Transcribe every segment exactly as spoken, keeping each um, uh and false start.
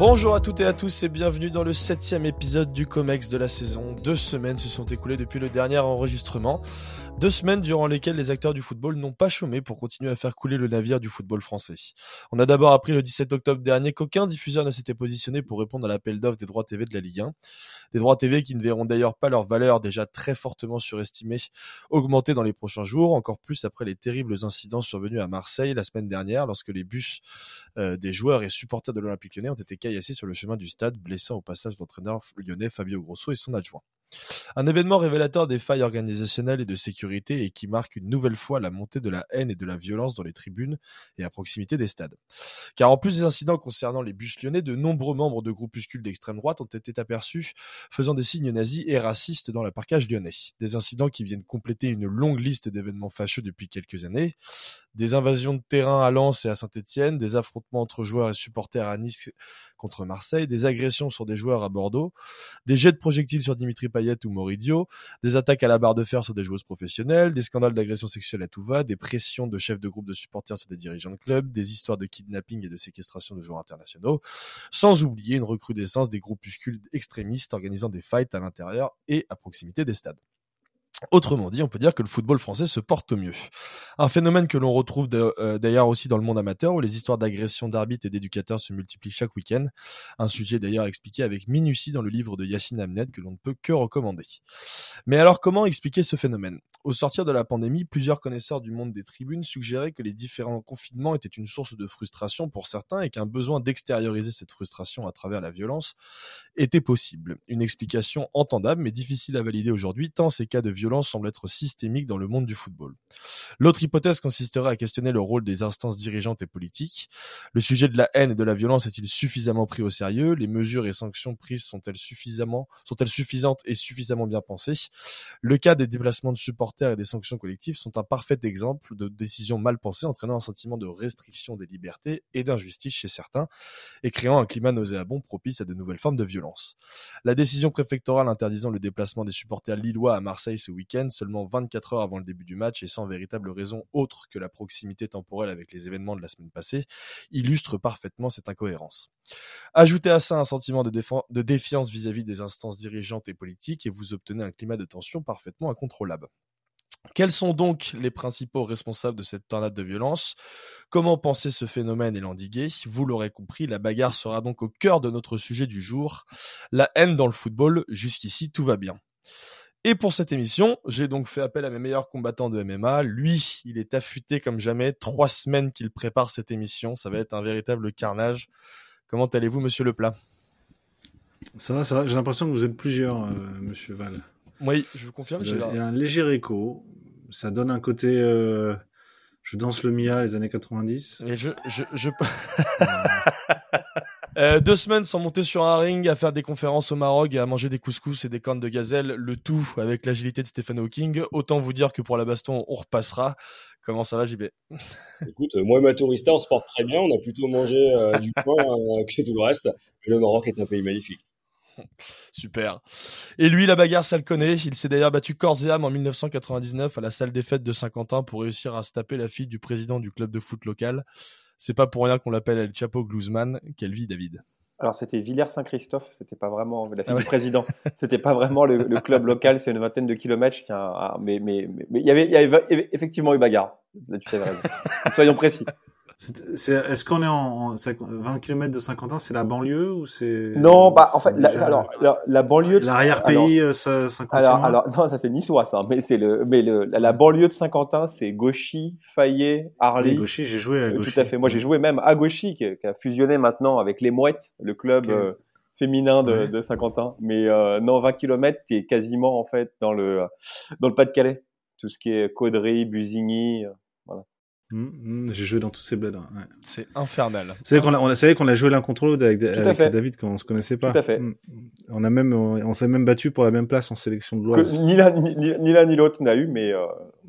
Bonjour à toutes et à tous et bienvenue dans le septième épisode du Comex de la saison. Deux semaines se sont écoulées depuis le dernier enregistrement. Deux semaines durant lesquelles les acteurs du football n'ont pas chômé pour continuer à faire couler le navire du football français. On a d'abord appris le dix-sept octobre dernier qu'aucun diffuseur ne s'était positionné pour répondre à l'appel d'offres des droits T V de la Ligue un. Des droits T V qui ne verront d'ailleurs pas leur valeur déjà très fortement surestimée augmenter dans les prochains jours, encore plus après les terribles incidents survenus à Marseille la semaine dernière lorsque les bus euh, des joueurs et supporters de l'Olympique Lyonnais ont été caillassés sur le chemin du stade, blessant au passage l'entraîneur lyonnais Fabio Grosso et son adjoint. Un événement révélateur des failles organisationnelles et de sécurité et qui marque une nouvelle fois la montée de la haine et de la violence dans les tribunes et à proximité des stades. Car en plus des incidents concernant les bus lyonnais, de nombreux membres de groupuscules d'extrême droite ont été aperçus faisant des signes nazis et racistes dans le parcage lyonnais. Des incidents qui viennent compléter une longue liste d'événements fâcheux depuis quelques années. Des invasions de terrain à Lens et à Saint-Etienne, des affrontements entre joueurs et supporters à Nice contre Marseille, des agressions sur des joueurs à Bordeaux, des jets de projectiles sur Dimitri Payet ou Moridio, des attaques à la barre de fer sur des joueuses professionnelles, des scandales d'agression sexuelle à tout va, des pressions de chefs de groupe de supporters sur des dirigeants de clubs, des histoires de kidnapping et de séquestration de joueurs internationaux, sans oublier une recrudescence des groupuscules extrémistes organisant des fights à l'intérieur et à proximité des stades. Autrement dit, on peut dire que le football français se porte au mieux. Un phénomène que l'on retrouve d'ailleurs aussi dans le monde amateur où les histoires d'agression d'arbitres et d'éducateurs se multiplient chaque week-end. Un sujet d'ailleurs expliqué avec minutie dans le livre de Yacine Amned que l'on ne peut que recommander. Mais alors comment expliquer ce phénomène ? Au sortir de la pandémie, plusieurs connaisseurs du monde des tribunes suggéraient que les différents confinements étaient une source de frustration pour certains et qu'un besoin d'extérioriser cette frustration à travers la violence était possible. Une explication entendable mais difficile à valider aujourd'hui tant ces cas de violence semble être systémique dans le monde du football. L'autre hypothèse consisterait à questionner le rôle des instances dirigeantes et politiques. Le sujet de la haine et de la violence est-il suffisamment pris au sérieux ? Les mesures et sanctions prises sont-elles suffisamment, sont-elles suffisantes et suffisamment bien pensées ? Le cas des déplacements de supporters et des sanctions collectives sont un parfait exemple de décisions mal pensées entraînant un sentiment de restriction des libertés et d'injustice chez certains et créant un climat nauséabond propice à de nouvelles formes de violence. La décision préfectorale interdisant le déplacement des supporters lillois à Marseille ce week-end, seulement vingt-quatre heures avant le début du match et sans véritable raison autre que la proximité temporelle avec les événements de la semaine passée, illustre parfaitement cette incohérence. Ajoutez à ça un sentiment de, déf- de défiance vis-à-vis des instances dirigeantes et politiques et vous obtenez un climat de tension parfaitement incontrôlable. Quels sont donc les principaux responsables de cette tornade de violence ? Comment penser ce phénomène et l'endiguer ? Vous l'aurez compris, la bagarre sera donc au cœur de notre sujet du jour. La haine dans le football, jusqu'ici tout va bien. Et pour cette émission, j'ai donc fait appel à mes meilleurs combattants de M M A. Lui, il est affûté comme jamais. Trois semaines qu'il prépare cette émission. Ça va être un véritable carnage. Comment allez-vous, monsieur Leplat ? Ça va, ça va. J'ai l'impression que vous êtes plusieurs, euh, monsieur Val. Oui, je vous confirme. Il j'ai y a un léger écho. Ça donne un côté... Euh, je danse le Mia les années quatre-vingt-dix. Et je... je, je... Euh, deux semaines sans monter sur un ring, à faire des conférences au Maroc et à manger des couscous et des cornes de gazelle, le tout avec l'agilité de Stephen Hawking. Autant vous dire que pour la baston, on repassera. Comment ça va, J B ? Écoute, moi et ma tourista, on se porte très bien. On a plutôt mangé euh, du pain euh, que tout le reste. Et le Maroc est un pays magnifique. Super. Et lui, la bagarre, ça le connaît. Il s'est d'ailleurs battu corps et âme en dix-neuf cent quatre-vingt-dix-neuf à la salle des fêtes de Saint-Quentin pour réussir à se taper la fille du président du club de foot local. C'est pas pour rien qu'on l'appelle El Chapo Guzman. Quelle vie, David ? Alors, c'était Villers-Saint-Christophe, c'était pas vraiment la fille Ah ouais. du président, c'était pas vraiment le, le club local, c'est une vingtaine de kilomètres, qui a, a, mais, mais, mais, mais il y avait, il y avait effectivement eu bagarre. Là, tu savais raison. Soyons précis. C'est, c'est, est-ce qu'on est en, en vingt kilomètres de Saint-Quentin, c'est la banlieue ou c'est... Non, bah, en fait, c'est la, déjà alors, la, la banlieue de l'arrière-pays, alors, ça, Saint-Quentin. Alors, alors, non, ça c'est niçois, ça, mais c'est le, mais le, la, la banlieue de Saint-Quentin, c'est Gauchy, Fayet, Arly. Oui, Gauchy, j'ai joué à euh, Gauchy. Tout à fait. Moi, j'ai joué même à Gauchy, qui, qui a fusionné maintenant avec les Mouettes, le club Okay. euh, féminin de, Ouais. de Saint-Quentin. Mais euh, non, vingt kilomètres, t'es quasiment en fait dans le, dans le Pas-de-Calais. Tout ce qui est Caudry, Busigny, euh, voilà. Mmh, mmh, j'ai joué dans tous ces bleds. Ouais. C'est infernal. C'est vrai qu'on a, on a, c'est vrai qu'on a joué l'un contre l'autre avec, avec David quand on se connaissait pas. Tout à fait. Mmh. On a même, on, on s'est même battu pour la même place en sélection de l'Oise. Ni l'un ni, ni, l'un, ni l'autre n'a eu, mais. Euh...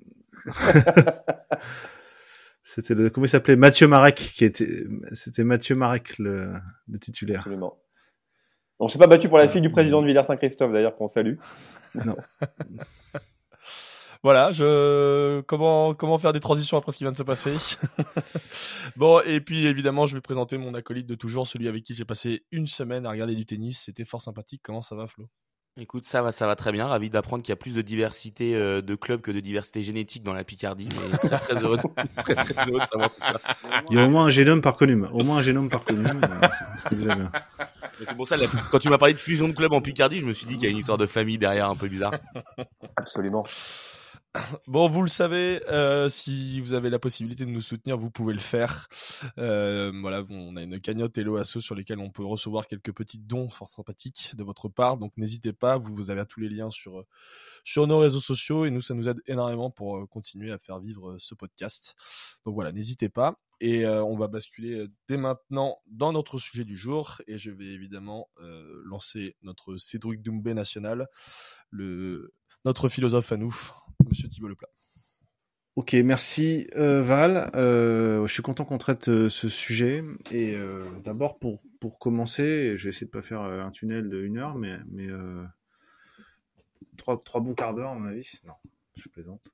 C'était le, comment il s'appelait, Mathieu Marek qui était, c'était Mathieu Marek le, le titulaire. Absolument. On s'est pas battu pour la fille du président de Villers-Saint-Christophe d'ailleurs qu'on salue. Non. Voilà, je comment comment faire des transitions après ce qui vient de se passer. Bon, et puis évidemment, je vais présenter mon acolyte de toujours, celui avec qui j'ai passé une semaine à regarder du tennis. C'était fort sympathique. Comment ça va, Flo? Écoute, ça va, ça va très bien. Ravi d'apprendre qu'il y a plus de diversité euh, de clubs que de diversité génétique dans la Picardie. Mais très très heureux, de, très, très heureux de savoir tout ça. Il y a au moins un génome par commune. Au moins un génome par commune. euh, c'est, c'est déjà bien. Mais c'est pour ça, la- quand tu m'as parlé de fusion de clubs en Picardie, je me suis dit qu'il y a une histoire de famille derrière un peu bizarre. Absolument. Bon, vous le savez, euh, si vous avez la possibilité de nous soutenir, vous pouvez le faire. Euh, voilà, bon, on a une cagnotte Hello Asso sur lesquelles on peut recevoir quelques petits dons fort sympathiques de votre part. Donc n'hésitez pas, vous, vous avez tous les liens sur euh, sur nos réseaux sociaux et nous, ça nous aide énormément pour euh, continuer à faire vivre euh, ce podcast. Donc voilà, n'hésitez pas. Et euh, on va basculer euh, dès maintenant dans notre sujet du jour et je vais évidemment euh, lancer notre Cédric Doumbé national, le notre philosophe à nous, Monsieur Thibault Leplat. Ok, merci euh, Val. Euh, je suis content qu'on traite euh, ce sujet. Et euh, d'abord, pour, pour commencer, je vais essayer de pas faire euh, un tunnel de une heure, mais, mais euh, trois, trois bons quarts d'heure, à mon avis. Non, je plaisante.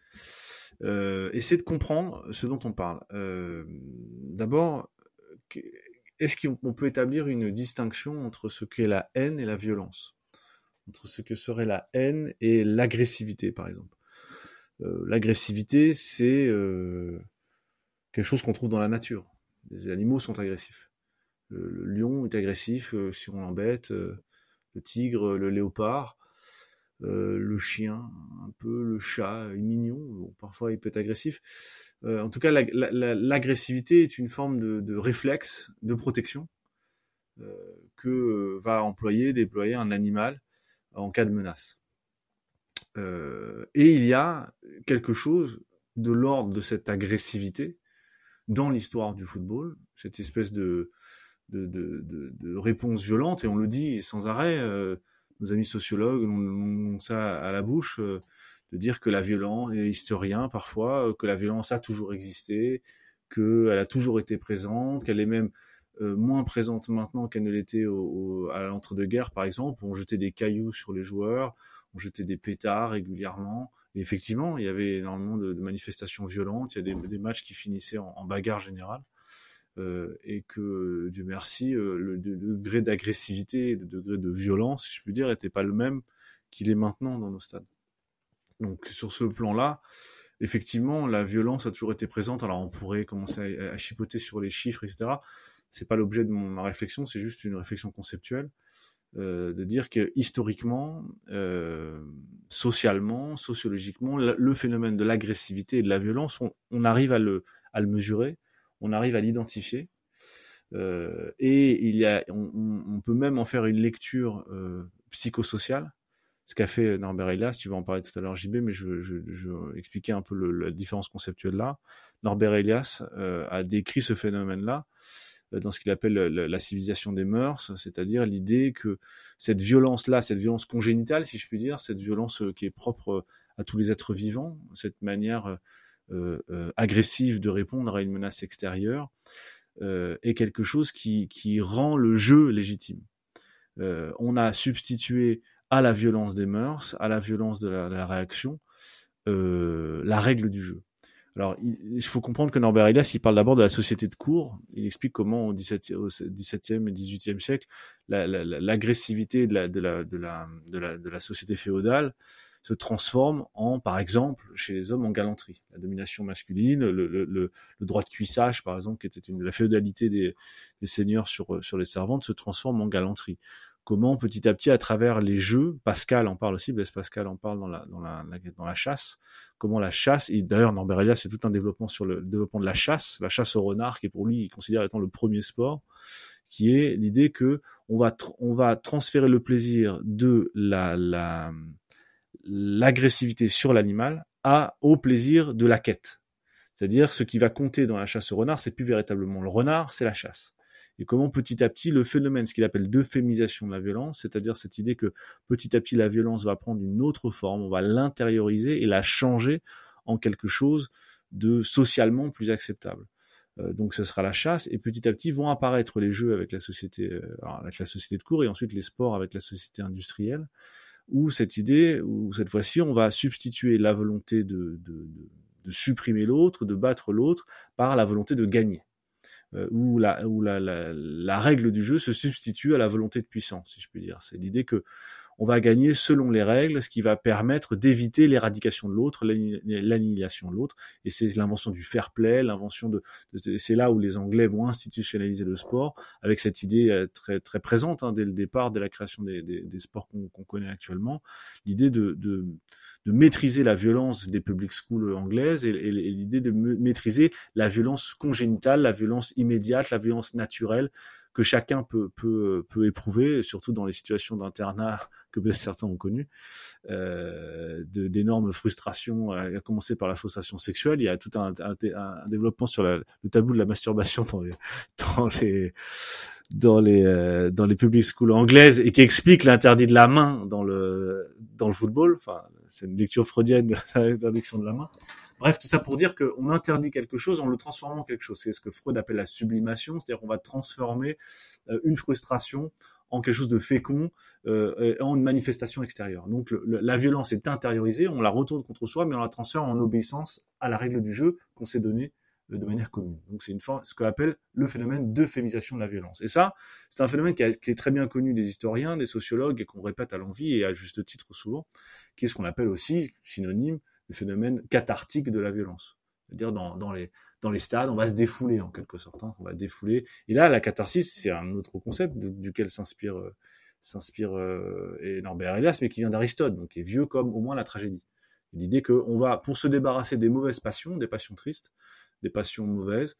Euh, essayer de comprendre ce dont on parle. Euh, d'abord, est-ce qu'on peut établir une distinction entre ce qu'est la haine et la violence ? Entre ce que serait la haine et l'agressivité, par exemple. Euh, l'agressivité, c'est euh, quelque chose qu'on trouve dans la nature. Les animaux sont agressifs. Le, le lion est agressif euh, si on l'embête, euh, le tigre, le léopard, euh, le chien, un peu, le chat est mignon, bon, parfois il peut être agressif. Euh, en tout cas, la, la, la, l'agressivité est une forme de, de réflexe, de protection euh, que va employer, déployer un animal en cas de menace. Euh, et il y a quelque chose de l'ordre de cette agressivité dans l'histoire du football, cette espèce de, de, de, de, de réponse violente, et on le dit sans arrêt, euh, nos amis sociologues ont, ont ça à la bouche, euh, de dire que la violence, et historiens parfois, euh, que la violence a toujours existé, qu'elle a toujours été présente, qu'elle est même Euh, moins présente maintenant qu'elle ne l'était au, au, à l'entre-deux-guerres, par exemple, où on jetait des cailloux sur les joueurs, on jetait des pétards régulièrement. Et effectivement, il y avait énormément de, de manifestations violentes, il y a des, des matchs qui finissaient en, en bagarre générale, euh, et que, Dieu merci, euh, le, le degré d'agressivité, le degré de violence, si je puis dire, n'était pas le même qu'il est maintenant dans nos stades. Donc sur ce plan-là, effectivement, la violence a toujours été présente. Alors on pourrait commencer à, à chipoter sur les chiffres, et cetera. C'est pas l'objet de mon, ma réflexion, c'est juste une réflexion conceptuelle, euh, de dire que historiquement, euh, socialement, sociologiquement, le, le phénomène de l'agressivité et de la violence, on, on arrive à le, à le mesurer, on arrive à l'identifier, euh, et il y a, on, on peut même en faire une lecture euh, psychosociale, ce qu'a fait Norbert Elias. Tu vas en parler tout à l'heure, J B, mais je, je, je vais expliquer un peu le, la différence conceptuelle là. Norbert Elias euh, a décrit ce phénomène-là dans ce qu'il appelle la civilisation des mœurs, c'est-à-dire l'idée que cette violence-là, cette violence congénitale, si je puis dire, cette violence qui est propre à tous les êtres vivants, cette manière euh, euh, agressive de répondre à une menace extérieure, euh, est quelque chose qui, qui rend le jeu légitime. Euh, on a substitué à la violence des mœurs, à la violence de la, de la réaction, euh, la règle du jeu. Alors, il faut comprendre que Norbert Elias, il parle d'abord de la société de cour. Il explique comment au dix-septième et dix-huitième siècle, la, la, l'agressivité de la, de, la, de, la, de, la, de la société féodale se transforme en, par exemple, chez les hommes, en galanterie. La domination masculine, le, le, le, le droit de cuissage, par exemple, qui était une, la féodalité des, des seigneurs sur, sur les servantes, se transforme en galanterie. Comment petit à petit, à travers les jeux, Pascal en parle aussi, Blaise Pascal en parle dans la, dans la, dans la chasse, comment la chasse, et d'ailleurs Norbert Elias fait tout un développement sur le développement de la chasse, la chasse au renard, qui pour lui, il considère étant le premier sport, qui est l'idée que on va, tr- on va transférer le plaisir de la, la, l'agressivité sur l'animal à, au plaisir de la quête. C'est-à-dire, ce qui va compter dans la chasse au renard, c'est plus véritablement le renard, c'est la chasse. Et comment petit à petit le phénomène, ce qu'il appelle d'euphémisation de la violence, c'est-à-dire cette idée que petit à petit la violence va prendre une autre forme, on va l'intérioriser et la changer en quelque chose de socialement plus acceptable. Euh, donc ce sera la chasse, et petit à petit vont apparaître les jeux avec la société, euh, alors avec la société de cour, et ensuite les sports avec la société industrielle, où cette idée, où cette fois-ci, on va substituer la volonté de, de, de, de supprimer l'autre, de battre l'autre, par la volonté de gagner. Euh, où la, où la, la, la règle du jeu se substitue à la volonté de puissance, si je puis dire. C'est l'idée que on va gagner selon les règles, ce qui va permettre d'éviter l'éradication de l'autre, l'annihilation de l'autre. Et c'est l'invention du fair play, l'invention de, de, c'est là où les Anglais vont institutionnaliser le sport, avec cette idée très très présente hein, dès le départ, dès la création des, des, des sports qu'on, qu'on connaît actuellement, l'idée de, de de maîtriser la violence des public schools anglaises et, et, et l'idée de me, maîtriser la violence congénitale, la violence immédiate, la violence naturelle que chacun peut, peut, peut éprouver, surtout dans les situations d'internat que peut-être certains ont connues, euh, de, d'énormes frustrations, à commencer par la frustration sexuelle. Il y a tout un, un, un développement sur la, le tabou de la masturbation dans les, dans les, dans les, euh, dans les public schools anglaises et qui explique l'interdit de la main dans le, dans le football. Enfin, c'est une lecture freudienne de l'interdiction de la main. Bref, tout ça pour dire qu'on interdit quelque chose en le transformant en quelque chose. C'est ce que Freud appelle la sublimation, c'est-à-dire qu'on va transformer euh, une frustration en quelque chose de fécond, euh, en une manifestation extérieure. Donc le, le, la violence est intériorisée, on la retourne contre soi, mais on la transfère en obéissance à la règle du jeu qu'on s'est donnée euh, de manière commune. Donc c'est une forme, ce qu'on appelle le phénomène d'euphémisation de la violence. Et ça, c'est un phénomène qui, a, qui est très bien connu des historiens, des sociologues, et qu'on répète à l'envi et à juste titre souvent, qui est ce qu'on appelle aussi, synonyme, le phénomène cathartique de la violence. C'est-à-dire dans, dans, les, dans les stades, on va se défouler en quelque sorte. Hein, on va défouler. Et là, la catharsis, c'est un autre concept de, duquel s'inspire, euh, s'inspire euh, Norbert Elias, mais qui vient d'Aristote, donc qui est vieux comme au moins la tragédie. Et l'idée qu'on va, pour se débarrasser des mauvaises passions, des passions tristes, des passions mauvaises,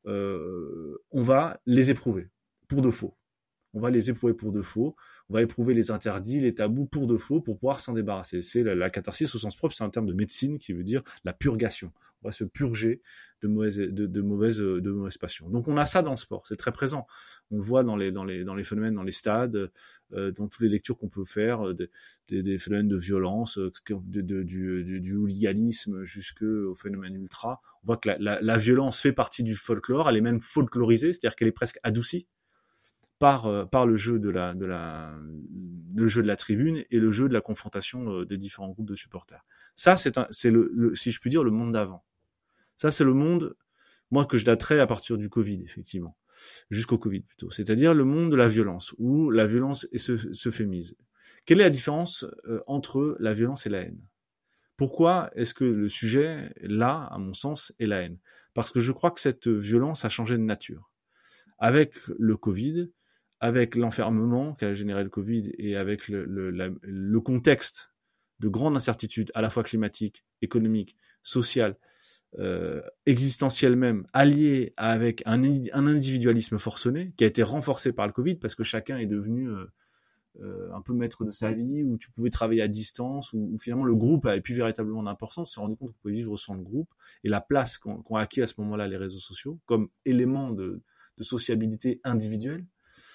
euh, on va les éprouver pour de faux. On va les éprouver pour de faux, on va éprouver les interdits, les tabous pour de faux pour pouvoir s'en débarrasser. C'est la, la catharsis au sens propre, c'est un terme de médecine qui veut dire la purgation. On va se purger de mauvaises, de, de mauvaises, de mauvaises passions. Donc on a ça dans le sport, c'est très présent. On le voit dans les, dans les, dans les phénomènes, dans les stades, euh, dans toutes les lectures qu'on peut faire, de, de, des phénomènes de violence, de, de, du, du, du hooliganisme jusqu'au phénomène ultra. On voit que la, la, la violence fait partie du folklore, elle est même folklorisée, c'est-à-dire qu'elle est presque adoucie par euh, par le jeu de la de la le jeu de la tribune et le jeu de la confrontation euh, des différents groupes de supporters. Ça c'est un c'est le, le si je puis dire le monde d'avant. Ça c'est le monde moi que je daterais à partir du Covid effectivement, jusqu'au Covid plutôt, c'est-à-dire le monde de la violence où la violence est se se fémise. Quelle est la différence euh, entre la violence et la haine? Pourquoi est-ce que le sujet là à mon sens est la haine? Parce que je crois que cette violence a changé de nature. Avec le Covid, avec l'enfermement qu'a généré le Covid et avec le, le, la, le contexte de grande incertitude, à la fois climatique, économique, sociale, euh, existentielle même, alliée avec un, un individualisme forcené qui a été renforcé par le Covid parce que chacun est devenu euh, euh, un peu maître de sa vie, où tu pouvais travailler à distance, où, où finalement le groupe avait plus véritablement d'importance, on s'est rendu compte qu'on pouvait vivre sans le groupe, et la place qu'ont, qu'ont acquis à ce moment-là les réseaux sociaux comme élément de, de sociabilité individuelle.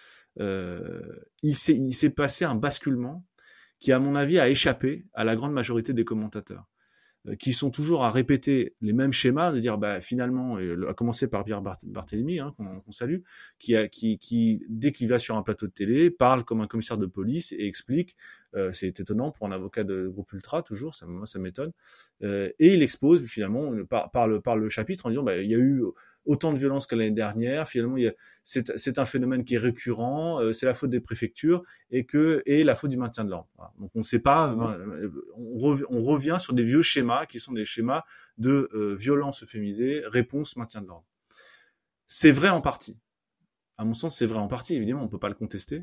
Euh, il, s'est, il s'est passé un basculement qui, à mon avis, a échappé à la grande majorité des commentateurs, euh, qui sont toujours à répéter les mêmes schémas, de dire bah, finalement, et à commencer par Pierre Bart- Barthélemy, hein, qu'on, qu'on salue, qui, a, qui, qui, dès qu'il va sur un plateau de télé, parle comme un commissaire de police et explique, euh, c'est étonnant pour un avocat de groupe ultra, toujours, ça, moi ça m'étonne, euh, et il expose finalement par, par, le, par le chapitre en disant bah, il y a eu autant de violence que l'année dernière, finalement il y a, c'est, c'est un phénomène qui est récurrent, euh, c'est la faute des préfectures et que et la faute du maintien de l'ordre. Voilà. Donc on ne sait pas, on, rev, on revient sur des vieux schémas qui sont des schémas de euh, violence euphémisée, réponse, maintien de l'ordre. C'est vrai en partie. À mon sens, c'est vrai en partie, évidemment, on ne peut pas le contester.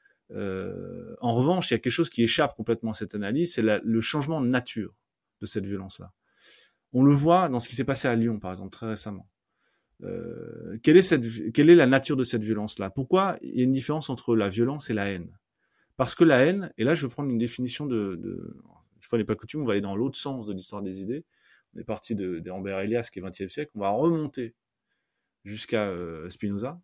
Euh, en revanche, il y a quelque chose qui échappe complètement à cette analyse, c'est la, le changement de nature de cette violence-là. On le voit dans ce qui s'est passé à Lyon, par exemple, très récemment. Euh, quelle est cette, quelle est la nature de cette violence-là? Pourquoi il y a une différence entre la violence et la haine? Parce que la haine, et là je vais prendre une définition de, de je fois n'est pas coutume, on va aller dans l'autre sens de l'histoire des idées. On est parti de, de Norbert Elias qui est vingtième siècle, on va remonter jusqu'à euh, Spinoza,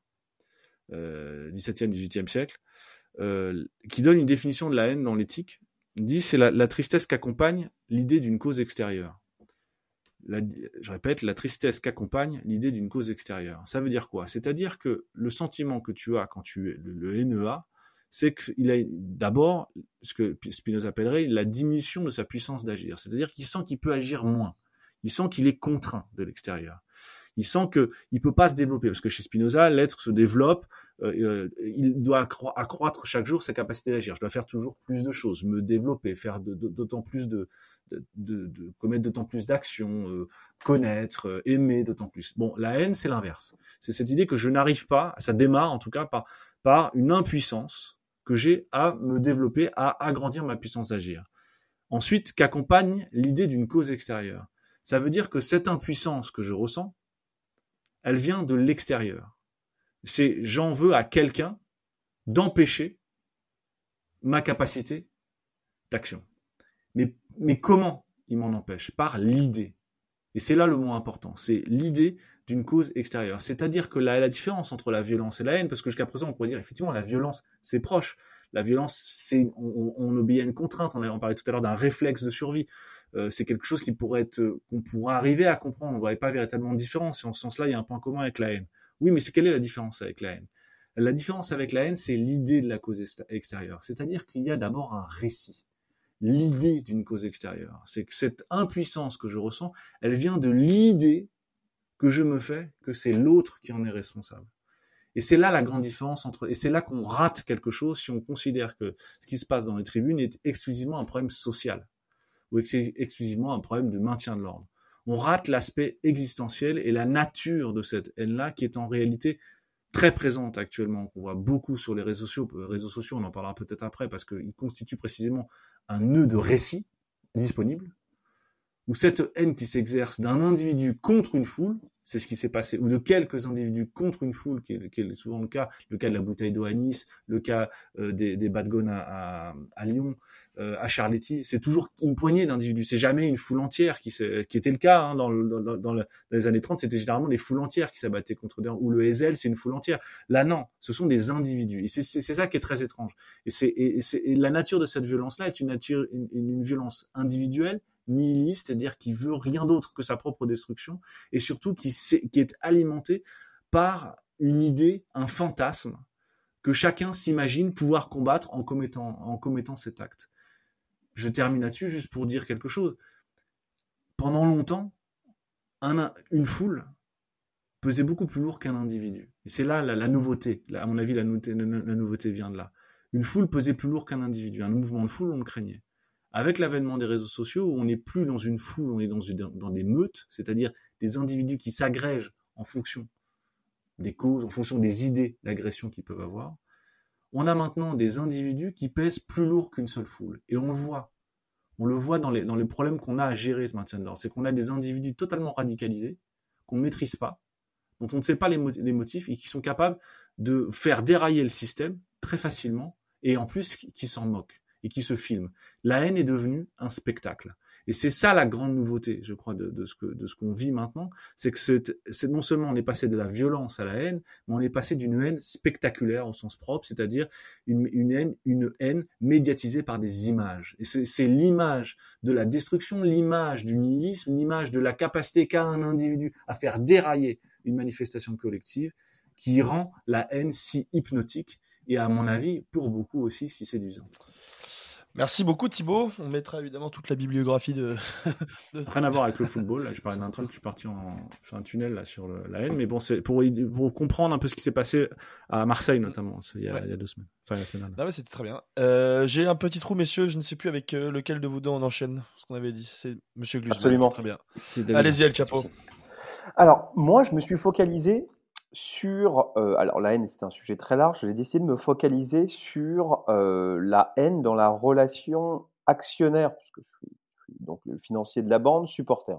euh, dix-septième, dix-huitième siècle, euh, qui donne une définition de la haine dans l'éthique. Il dit c'est la, la tristesse qu'accompagne l'idée d'une cause extérieure. La, je répète, la tristesse qu'accompagne l'idée d'une cause extérieure. Ça veut dire quoi? C'est-à-dire que le sentiment que tu as quand tu es le, le N E A, c'est qu'il a d'abord ce que Spinoza appellerait la diminution de sa puissance d'agir. C'est-à-dire qu'il sent qu'il peut agir moins. Il sent qu'il est contraint de l'extérieur. Il sent qu'il ne peut pas se développer, parce que chez Spinoza, l'être se développe, euh, il doit accro- accroître chaque jour sa capacité d'agir. Je dois faire toujours plus de choses, me développer, faire de, de, d'autant plus de, de, de, de commettre d'autant plus d'actions, euh, connaître, euh, aimer d'autant plus. Bon, la haine, c'est l'inverse. C'est cette idée que je n'arrive pas, ça démarre en tout cas par, par une impuissance que j'ai à me développer, à agrandir ma puissance d'agir. Ensuite, qu'accompagne l'idée d'une cause extérieure. Ça veut dire que cette impuissance que je ressens, elle vient de l'extérieur. C'est j'en veux à quelqu'un d'empêcher ma capacité d'action. Mais, mais comment il m'en empêche? Par l'idée. Et c'est là le mot important. C'est l'idée d'une cause extérieure. C'est-à-dire que la, la différence entre la violence et la haine, parce que jusqu'à présent on pourrait dire effectivement la violence c'est proche. La violence, c'est on, on obéit à une contrainte. On, a, on parlait tout à l'heure d'un réflexe de survie. Euh, c'est quelque chose qui pourrait être, euh, qu'on pourrait arriver à comprendre. On ne voit pas véritablement de différence. Et en ce sens-là, il y a un point commun avec la haine. Oui, mais c'est quelle est la différence avec la haine? La différence avec la haine, c'est l'idée de la cause extérieure. C'est-à-dire qu'il y a d'abord un récit. L'idée d'une cause extérieure. C'est que cette impuissance que je ressens, elle vient de l'idée que je me fais que c'est l'autre qui en est responsable. Et c'est là la grande différence entre, et c'est là qu'on rate quelque chose si on considère que ce qui se passe dans les tribunes est exclusivement un problème social, ou exclusivement un problème de maintien de l'ordre. On rate l'aspect existentiel et la nature de cette haine-là qui est en réalité très présente actuellement, qu'on voit beaucoup sur les réseaux sociaux. Les réseaux sociaux, on en parlera peut-être après, parce qu'ils constituent précisément un nœud de récit disponible, où cette haine qui s'exerce d'un individu contre une foule, c'est ce qui s'est passé, ou de quelques individus contre une foule, qui est, qui est souvent le cas, le cas de la bouteille d'eau à Nice, le cas euh, des, des Badgones à, à, à Lyon, euh, à Charletti, c'est toujours une poignée d'individus, c'est jamais une foule entière, qui, qui était le cas hein, dans, le, dans, dans, le, dans les années trente, c'était généralement des foules entières qui s'abattaient contre des, ou le Hesel, c'est une foule entière. Là non, ce sont des individus, et c'est, c'est, c'est ça qui est très étrange. Et, c'est, et, et, c'est, et la nature de cette violence-là est une, nature, une, une violence individuelle, nihiliste, c'est-à-dire qui veut rien d'autre que sa propre destruction, et surtout qui, qui est alimenté par une idée, un fantasme, que chacun s'imagine pouvoir combattre en commettant, en commettant cet acte. Je termine là-dessus juste pour dire quelque chose. Pendant longtemps, un, une foule pesait beaucoup plus lourd qu'un individu. Et c'est là la, la nouveauté. Là, à mon avis, la, nouveauté, la, la nouveauté vient de là. Une foule pesait plus lourd qu'un individu. Un mouvement de foule, on le craignait. Avec l'avènement des réseaux sociaux, on n'est plus dans une foule, on est dans, une, dans des meutes, c'est-à-dire des individus qui s'agrègent en fonction des causes, en fonction des idées d'agression qu'ils peuvent avoir. On a maintenant des individus qui pèsent plus lourd qu'une seule foule. Et on le voit. On le voit dans les, dans les problèmes qu'on a à gérer ce maintien de l'ordre. C'est qu'on a des individus totalement radicalisés, qu'on ne maîtrise pas, dont on ne sait pas les, mo- les motifs, et qui sont capables de faire dérailler le système très facilement, et en plus qui s'en moquent et qui se filment. La haine est devenue un spectacle. Et c'est ça la grande nouveauté, je crois, de, de, ce, que, de ce qu'on vit maintenant, c'est que c'est, c'est non seulement on est passé de la violence à la haine, mais on est passé d'une haine spectaculaire au sens propre, c'est-à-dire une, une, haine, une haine médiatisée par des images. Et c'est, c'est l'image de la destruction, l'image du nihilisme, l'image de la capacité qu'a un individu à faire dérailler une manifestation collective qui rend la haine si hypnotique et, à mon avis, pour beaucoup aussi, si séduisante. Merci beaucoup Thibaut, on mettra évidemment toute la bibliographie de... de... Rien à voir avec le football, là je parlais d'un truc, je suis parti en fait un tunnel là sur le, la haine, mais bon c'est pour, pour comprendre un peu ce qui s'est passé à Marseille notamment, il y a, ouais. il y a deux semaines, enfin la semaine dernière. Ah ouais, c'était très bien. Euh, j'ai un petit trou messieurs, je ne sais plus avec euh, lequel de vous deux on enchaîne, ce qu'on avait dit, c'est Monsieur Glusman. Absolument. Très bien. Allez-y El Chapo. Alors moi je me suis focalisé sur, euh, alors la haine c'est un sujet très large, j'ai décidé de me focaliser sur euh, la haine dans la relation actionnaire, puisque je suis, je suis donc le financier de la bande, supporter.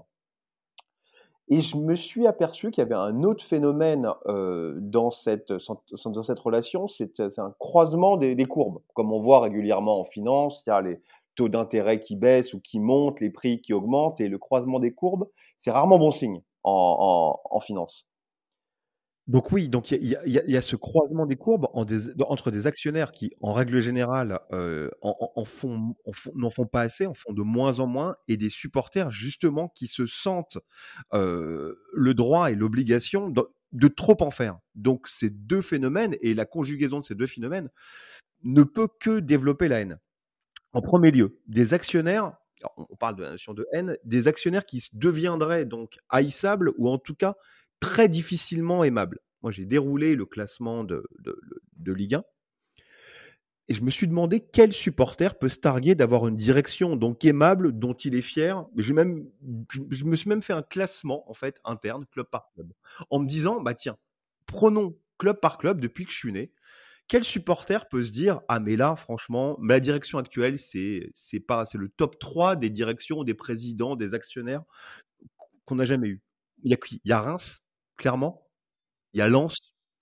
Et je me suis aperçu qu'il y avait un autre phénomène euh, dans, cette, dans cette relation, c'est, c'est un croisement des, des courbes. Comme on voit régulièrement en finance, il y a les taux d'intérêt qui baissent ou qui montent, les prix qui augmentent, et le croisement des courbes, c'est rarement bon signe en, en, en finance. Donc oui, donc il y, y, y a ce croisement des courbes en des, entre des actionnaires qui, en règle générale, euh, en, en font, en font, n'en font pas assez, en font de moins en moins, et des supporters justement qui se sentent euh, le droit et l'obligation de, de trop en faire. Donc ces deux phénomènes et la conjugaison de ces deux phénomènes ne peut que développer la haine. En premier lieu, des actionnaires, on parle de la notion de haine, des actionnaires qui deviendraient donc haïssables ou en tout cas très difficilement aimables. Moi, j'ai déroulé le classement de, de, de Ligue un et je me suis demandé quel supporter peut se targuer d'avoir une direction donc aimable, dont il est fier. J'ai même, je me suis même fait un classement en fait interne, club par club, en me disant bah tiens, prenons club par club depuis que je suis né. Quel supporter peut se dire ah mais là franchement la direction actuelle c'est c'est pas c'est le top trois des directions des présidents des actionnaires qu'on n'a jamais eu. Il y a qui? Il y a Reims clairement, il y a Lens,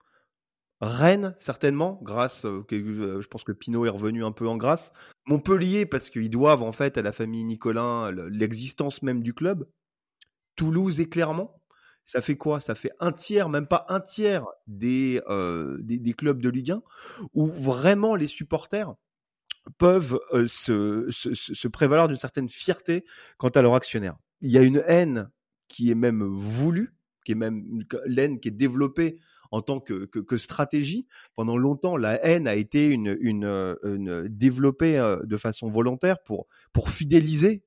Rennes certainement grâce euh, que, euh, je pense que Pinot est revenu un peu en grâce, Montpellier parce qu'ils doivent en fait à la famille Nicolin l'existence même du club, Toulouse et Clermont. Ça fait quoi? Ça fait un tiers, même pas un tiers des, euh, des, des clubs de Ligue un où vraiment les supporters peuvent euh, se, se, se prévaloir d'une certaine fierté quant à leur actionnaire. Il y a une haine qui est même voulue, qui est même une haine qui est développée en tant que, que, que stratégie. Pendant longtemps, la haine a été une, une, une développée de façon volontaire pour, pour fidéliser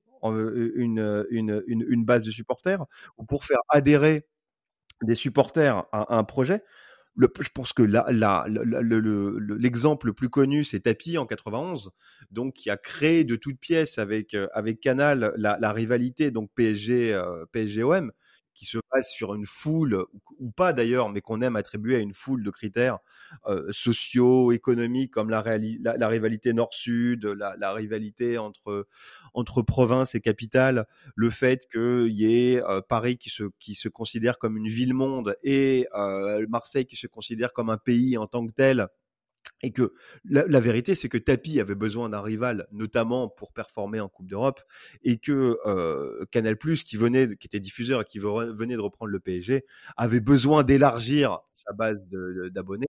une, une, une, une base de supporters ou pour faire adhérer des supporters à, à un projet. Le, je pense que la, la, la, le, le, le, l'exemple le plus connu, c'est Tapi en quatre-vingt-onze, donc qui a créé de toutes pièces avec, avec Canal la, la rivalité donc P S G, euh, P S G O M, qui se base sur une foule, ou, ou pas d'ailleurs, mais qu'on aime attribuer à une foule de critères euh, sociaux, économiques, comme la, réali- la, la rivalité nord-sud, la, la rivalité entre, entre province et capitale, le fait qu'il y ait euh, Paris qui se, qui se considère comme une ville-monde et euh, Marseille qui se considère comme un pays en tant que tel. Et que la, la vérité, c'est que Tapi avait besoin d'un rival, notamment pour performer en Coupe d'Europe, et que euh, Canal+, qui venait, qui était diffuseur et qui venait de reprendre le P S G, avait besoin d'élargir sa base de, de, d'abonnés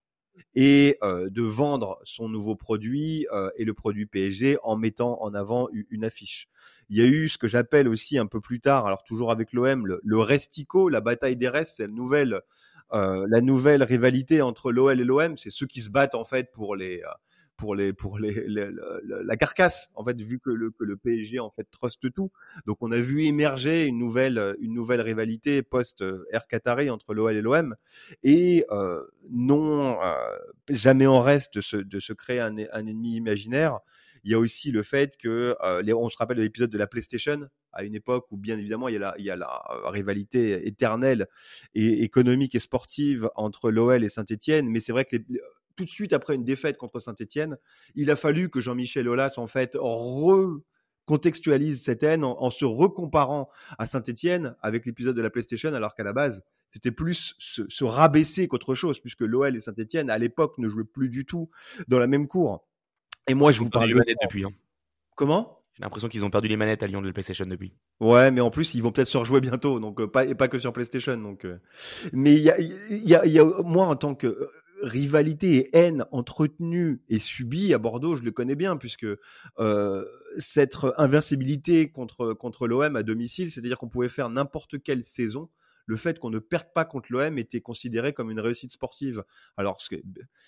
et euh, de vendre son nouveau produit euh, et le produit P S G en mettant en avant une affiche. Il y a eu ce que j'appelle aussi un peu plus tard, alors toujours avec l'O M, le, le Restico, la bataille des restes, c'est la nouvelle Euh, la nouvelle rivalité entre l'O L et l'O M, c'est ceux qui se battent en fait pour les pour les pour les, les, les la carcasse en fait, vu que le que le P S G en fait truste tout. Donc on a vu émerger une nouvelle une nouvelle rivalité post Air Qatari entre l'O L et l'O M et euh, non euh, jamais en reste de se de se créer un un ennemi imaginaire. Il y a aussi le fait que euh, les, on se rappelle de l'épisode de la PlayStation à une époque où bien évidemment il y a la, il y a la rivalité éternelle et économique et sportive entre l'O L et Saint-Étienne, mais c'est vrai que les, tout de suite après une défaite contre Saint-Étienne, il a fallu que Jean-Michel Aulas en fait recontextualise cette haine en, en se recomparant à Saint-Étienne avec l'épisode de la PlayStation, alors qu'à la base c'était plus se, se rabaisser qu'autre chose, puisque l'O L et Saint-Étienne à l'époque ne jouaient plus du tout dans la même cour. Et moi, je vous parle de manettes depuis. Hein. Comment ? J'ai l'impression qu'ils ont perdu les manettes à Lyon de la PlayStation depuis. Ouais, mais en plus, ils vont peut-être se rejouer bientôt, donc euh, pas et pas que sur PlayStation. Donc, euh. mais il y a, il y a, il y a moi en tant que rivalité et haine entretenue et subie à Bordeaux, je le connais bien, puisque euh, cette invincibilité contre contre l'O M à domicile, c'est-à-dire qu'on pouvait faire n'importe quelle saison. Le fait qu'on ne perde pas contre l'O M était considéré comme une réussite sportive. Alors, ce que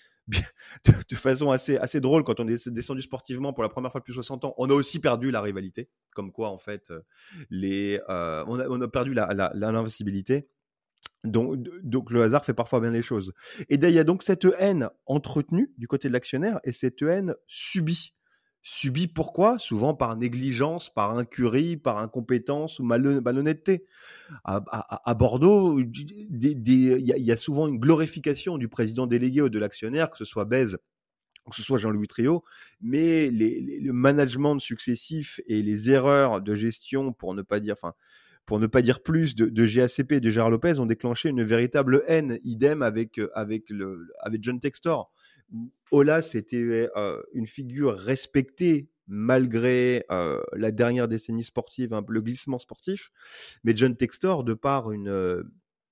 De, de façon assez, assez drôle, quand on est descendu sportivement pour la première fois depuis soixante ans, on a aussi perdu la rivalité, comme quoi en fait les, euh, on, a, on a perdu la, la, la, l'invincibilité. Donc, donc le hasard fait parfois bien les choses. Et il y a donc cette haine entretenue du côté de l'actionnaire et cette haine subie. Subie pourquoi ? Souvent par négligence, par incurie, par incompétence ou malhonnêteté. À, à, à Bordeaux, il y, y a souvent une glorification du président délégué ou de l'actionnaire, que ce soit Bèze, que ce soit Jean-Louis Trio, mais les, les, le management successif et les erreurs de gestion, pour ne pas dire, enfin, pour ne pas dire plus, de, de G A C P et de Gérard Lopez ont déclenché une véritable haine. Idem avec avec le avec John Textor. Aulas, c'était euh, une figure respectée malgré euh, la dernière décennie sportive, hein, le glissement sportif. Mais John Textor, de par une,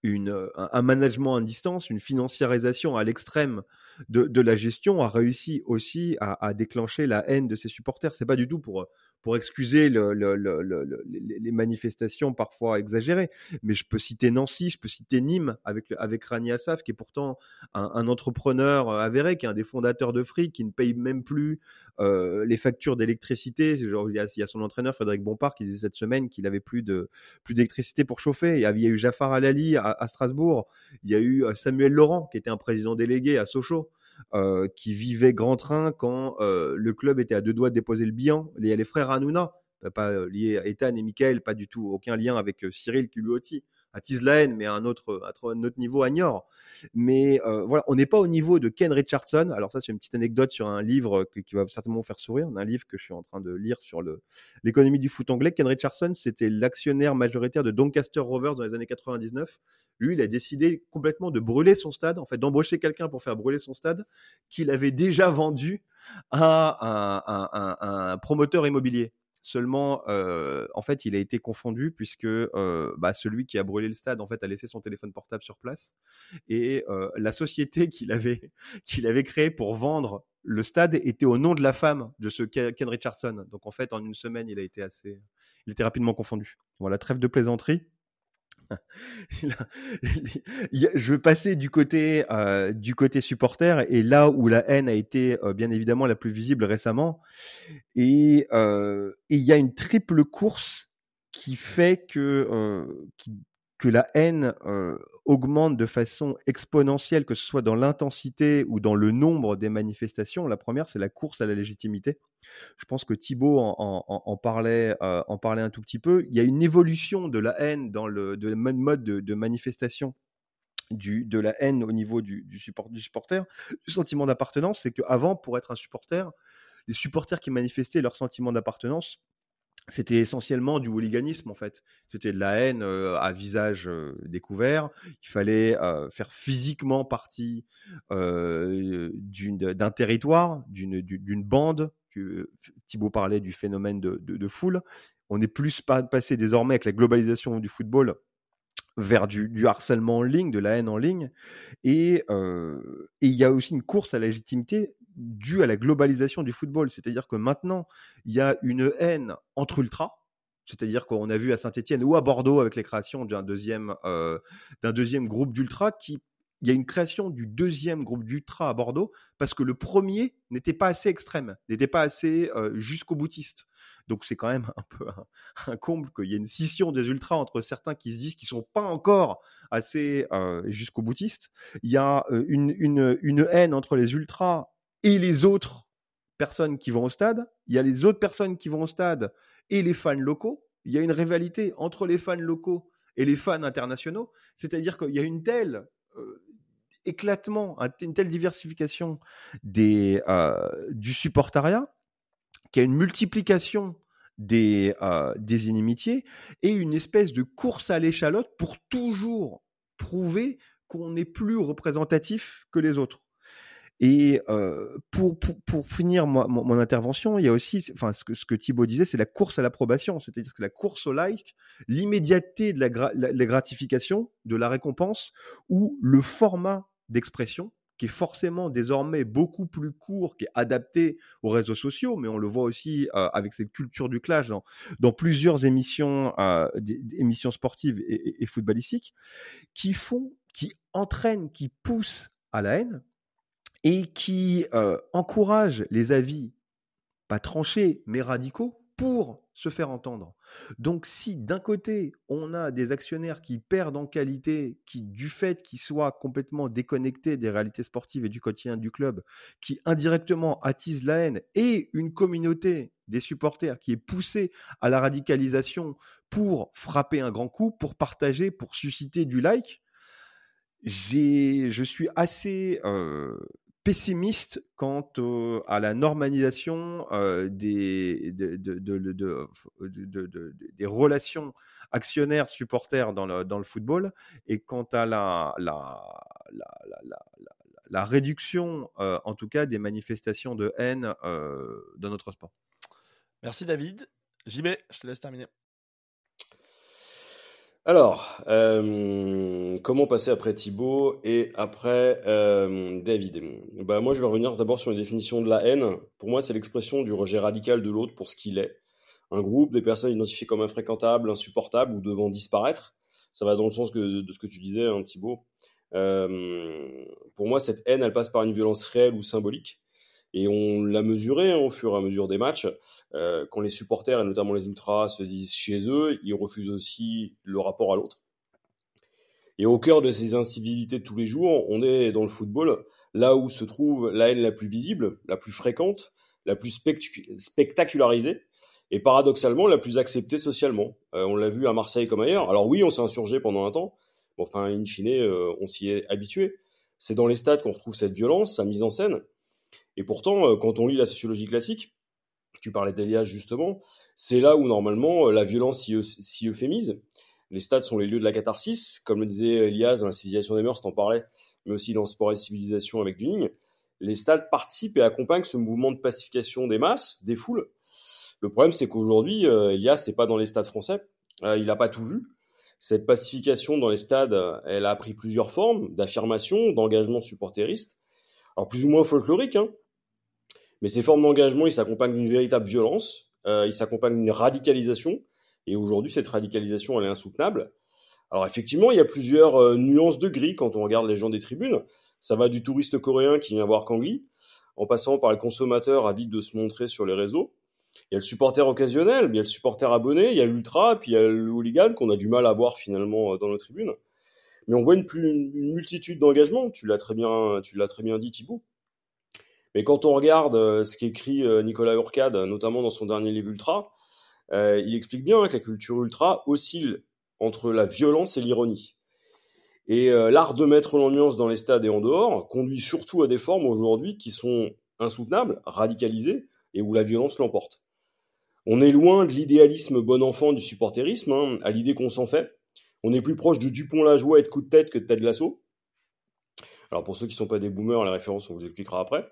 une, un, un management à distance, une financiarisation à l'extrême de, de la gestion a réussi aussi à, à déclencher la haine de ses supporters. C'est pas du tout pour, pour excuser le, le, le, le, le, les manifestations parfois exagérées, mais je peux citer Nancy, je peux citer Nîmes avec, avec Rani Assaf, qui est pourtant un, un entrepreneur avéré, qui est un des fondateurs de Free, qui ne paye même plus euh, les factures d'électricité. Genre, il, y a, il y a son entraîneur Frédéric Bompard qui disait cette semaine qu'il avait plus de plus d'électricité pour chauffer. Il y a, il y a eu Jafar Alali à, à Strasbourg, il y a eu Samuel Laurent qui était un président délégué à Sochaux, euh, qui vivait grand train quand euh, le club était à deux doigts de déposer le bilan. Il y a les frères Hanouna, pas liés à Ethan et Michael, pas du tout, aucun lien avec Cyril qui lui aussi attise la haine, mais à un autre, à un autre niveau à Niort. Mais euh, voilà, on n'est pas au niveau de Ken Richardson. Alors ça, c'est une petite anecdote sur un livre que, qui va certainement vous faire sourire, un livre que je suis en train de lire sur le, l'économie du foot anglais. Ken Richardson, c'était l'actionnaire majoritaire de Doncaster Rovers dans les années quatre-vingt-dix-neuf. Lui, il a décidé complètement de brûler son stade, en fait, d'embaucher quelqu'un pour faire brûler son stade, qu'il avait déjà vendu à un, un, un, un promoteur immobilier. Seulement, euh, en fait, il a été confondu puisque euh, bah, celui qui a brûlé le stade, en fait, a laissé son téléphone portable sur place. Et euh, la société qu'il avait, qu'il avait créée pour vendre le stade était au nom de la femme de ce Ken Richardson. Donc, en fait, en une semaine, il a été assez, il était rapidement confondu. Voilà, trêve de plaisanterie. Je vais passer du côté euh, du côté supporter, et là où la haine a été euh, bien évidemment la plus visible récemment, et euh, et il y a une triple course qui fait que euh, qui, que la haine euh, augmente de façon exponentielle, que ce soit dans l'intensité ou dans le nombre des manifestations. La première, c'est la course à la légitimité. Je pense que Thibaut en, en, en, parlait, euh, en parlait un tout petit peu. Il y a une évolution de la haine dans le de mode de, de manifestation, du, de la haine au niveau du, du, support, du supporter, du sentiment d'appartenance. C'est qu'avant, pour être un supporter, les supporters qui manifestaient leur sentiment d'appartenance, c'était essentiellement du hooliganisme, en fait. C'était de la haine euh, à visage euh, découvert. Il fallait euh, faire physiquement partie euh, d'une, d'un territoire, d'une, d'une bande. Que Thibaut parlait du phénomène de, de, de foule. On est plus passé désormais avec la globalisation du football vers du, du harcèlement en ligne, de la haine en ligne. Et euh, et il y a aussi une course à la légitimité due à la globalisation du football. C'est-à-dire que maintenant, il y a une haine entre ultras. C'est-à-dire qu'on a vu à Saint-Étienne ou à Bordeaux avec les créations d'un deuxième, euh, d'un deuxième groupe d'ultras qui... Il y a une création du deuxième groupe d'ultras à Bordeaux parce que le premier n'était pas assez extrême, n'était pas assez euh, jusqu'au boutiste. Donc c'est quand même un peu un, un comble qu'il y ait une scission des ultras entre certains qui se disent qu'ils sont pas encore assez euh, jusqu'au boutiste. Il y a euh, une, une, une haine entre les ultras et les autres personnes qui vont au stade. Il y a les autres personnes qui vont au stade et les fans locaux. Il y a une rivalité entre les fans locaux et les fans internationaux. C'est-à-dire qu'il y a une telle euh, éclatement, une telle diversification des, euh, du supportariat, qu'il y a une multiplication des, euh, des inimitiés et une espèce de course à l'échalote pour toujours prouver qu'on n'est plus représentatif que les autres. Et euh, pour, pour, pour finir moi, mon, mon intervention, il y a aussi, enfin, ce que, ce que Thibaut disait, c'est la course à l'approbation, c'est-à-dire que la course au like, l'immédiateté de la, gra- la, la gratification, de la récompense, ou le format d'expression, qui est forcément désormais beaucoup plus court, qui est adapté aux réseaux sociaux, mais on le voit aussi euh, avec cette culture du clash dans, dans plusieurs émissions, euh, des, des émissions sportives et, et, et footballistiques, qui font, qui entraînent, qui poussent à la haine, et qui euh, encourage les avis, pas tranchés, mais radicaux, pour se faire entendre. Donc si d'un côté, on a des actionnaires qui perdent en qualité, qui du fait qu'ils soient complètement déconnectés des réalités sportives et du quotidien du club, qui indirectement attisent la haine, et une communauté des supporters qui est poussée à la radicalisation pour frapper un grand coup, pour partager, pour susciter du like, j'ai, je suis assez... Euh, pessimiste quant euh, à la normalisation euh, des, de, de, de, de, de, de, de, des relations actionnaires-supporters dans le, dans le football, et quant à la, la, la, la, la, la, la réduction, euh, en tout cas, des manifestations de haine euh, dans notre sport. Merci David. J B, je te laisse terminer. Alors, euh, comment passer après Thibaut et après euh, David? Bah, moi, je vais revenir d'abord sur une définition de la haine. Pour moi, c'est l'expression du rejet radical de l'autre pour ce qu'il est. Un groupe, des personnes identifiées comme infréquentables, insupportables ou devant disparaître. Ça va dans le sens que, de ce que tu disais, hein, Thibaut. Euh, pour moi, cette haine, elle passe par une violence réelle ou symbolique. Et on l'a mesuré hein, au fur et à mesure des matchs. Euh, quand les supporters, et notamment les ultras, se disent chez eux, ils refusent aussi le rapport à l'autre. Et au cœur de ces incivilités de tous les jours, on est dans le football, là où se trouve la haine la plus visible, la plus fréquente, la plus spectac- spectacularisée, et paradoxalement la plus acceptée socialement. Euh, on l'a vu à Marseille comme ailleurs. Alors oui, on s'est insurgé pendant un temps, mais enfin, in fine, euh, on s'y est habitué. C'est dans les stades qu'on retrouve cette violence, sa mise en scène. Et pourtant, euh, quand on lit la sociologie classique, tu parlais d'Elias justement, c'est là où normalement euh, la violence s'y, s'y euphémise. Les stades sont les lieux de la catharsis, comme le disait Elias dans la civilisation des mœurs, t'en parlais, mais aussi dans Sport et civilisation avec Dunning. Les stades participent et accompagnent ce mouvement de pacification des masses, des foules. Le problème, c'est qu'aujourd'hui, euh, Elias, c'est pas dans les stades français. Euh, il n'a pas tout vu. Cette pacification dans les stades, elle a pris plusieurs formes d'affirmation, d'engagement supporteriste. Alors plus ou moins folklorique, hein. Mais ces formes d'engagement, ils s'accompagnent d'une véritable violence, euh, ils s'accompagnent d'une radicalisation, et aujourd'hui, cette radicalisation, elle est insoutenable. Alors effectivement, il y a plusieurs euh, nuances de gris quand on regarde les gens des tribunes. Ça va du touriste coréen qui vient voir Kangli, en passant par le consommateur avide de se montrer sur les réseaux. Il y a le supporter occasionnel, il y a le supporter abonné, il y a l'ultra, puis il y a le hooligan qu'on a du mal à voir finalement dans nos tribunes. Mais on voit une, plus, une multitude d'engagements, tu l'as très bien, tu l'as très bien dit Thibaut. Mais quand on regarde euh, ce qu'écrit euh, Nicolas Urcade, notamment dans son dernier livre Ultra, euh, il explique bien hein, que la culture ultra oscille entre la violence et l'ironie. Et euh, l'art de mettre l'ambiance dans les stades et en dehors conduit surtout à des formes aujourd'hui qui sont insoutenables, radicalisées, et où la violence l'emporte. On est loin de l'idéalisme bon enfant du supporterisme, hein, à l'idée qu'on s'en fait. On est plus proche de Dupont-la-Joie et de coup de tête que de Ted Lasso. Alors pour ceux qui ne sont pas des boomers, la référence on vous expliquera après.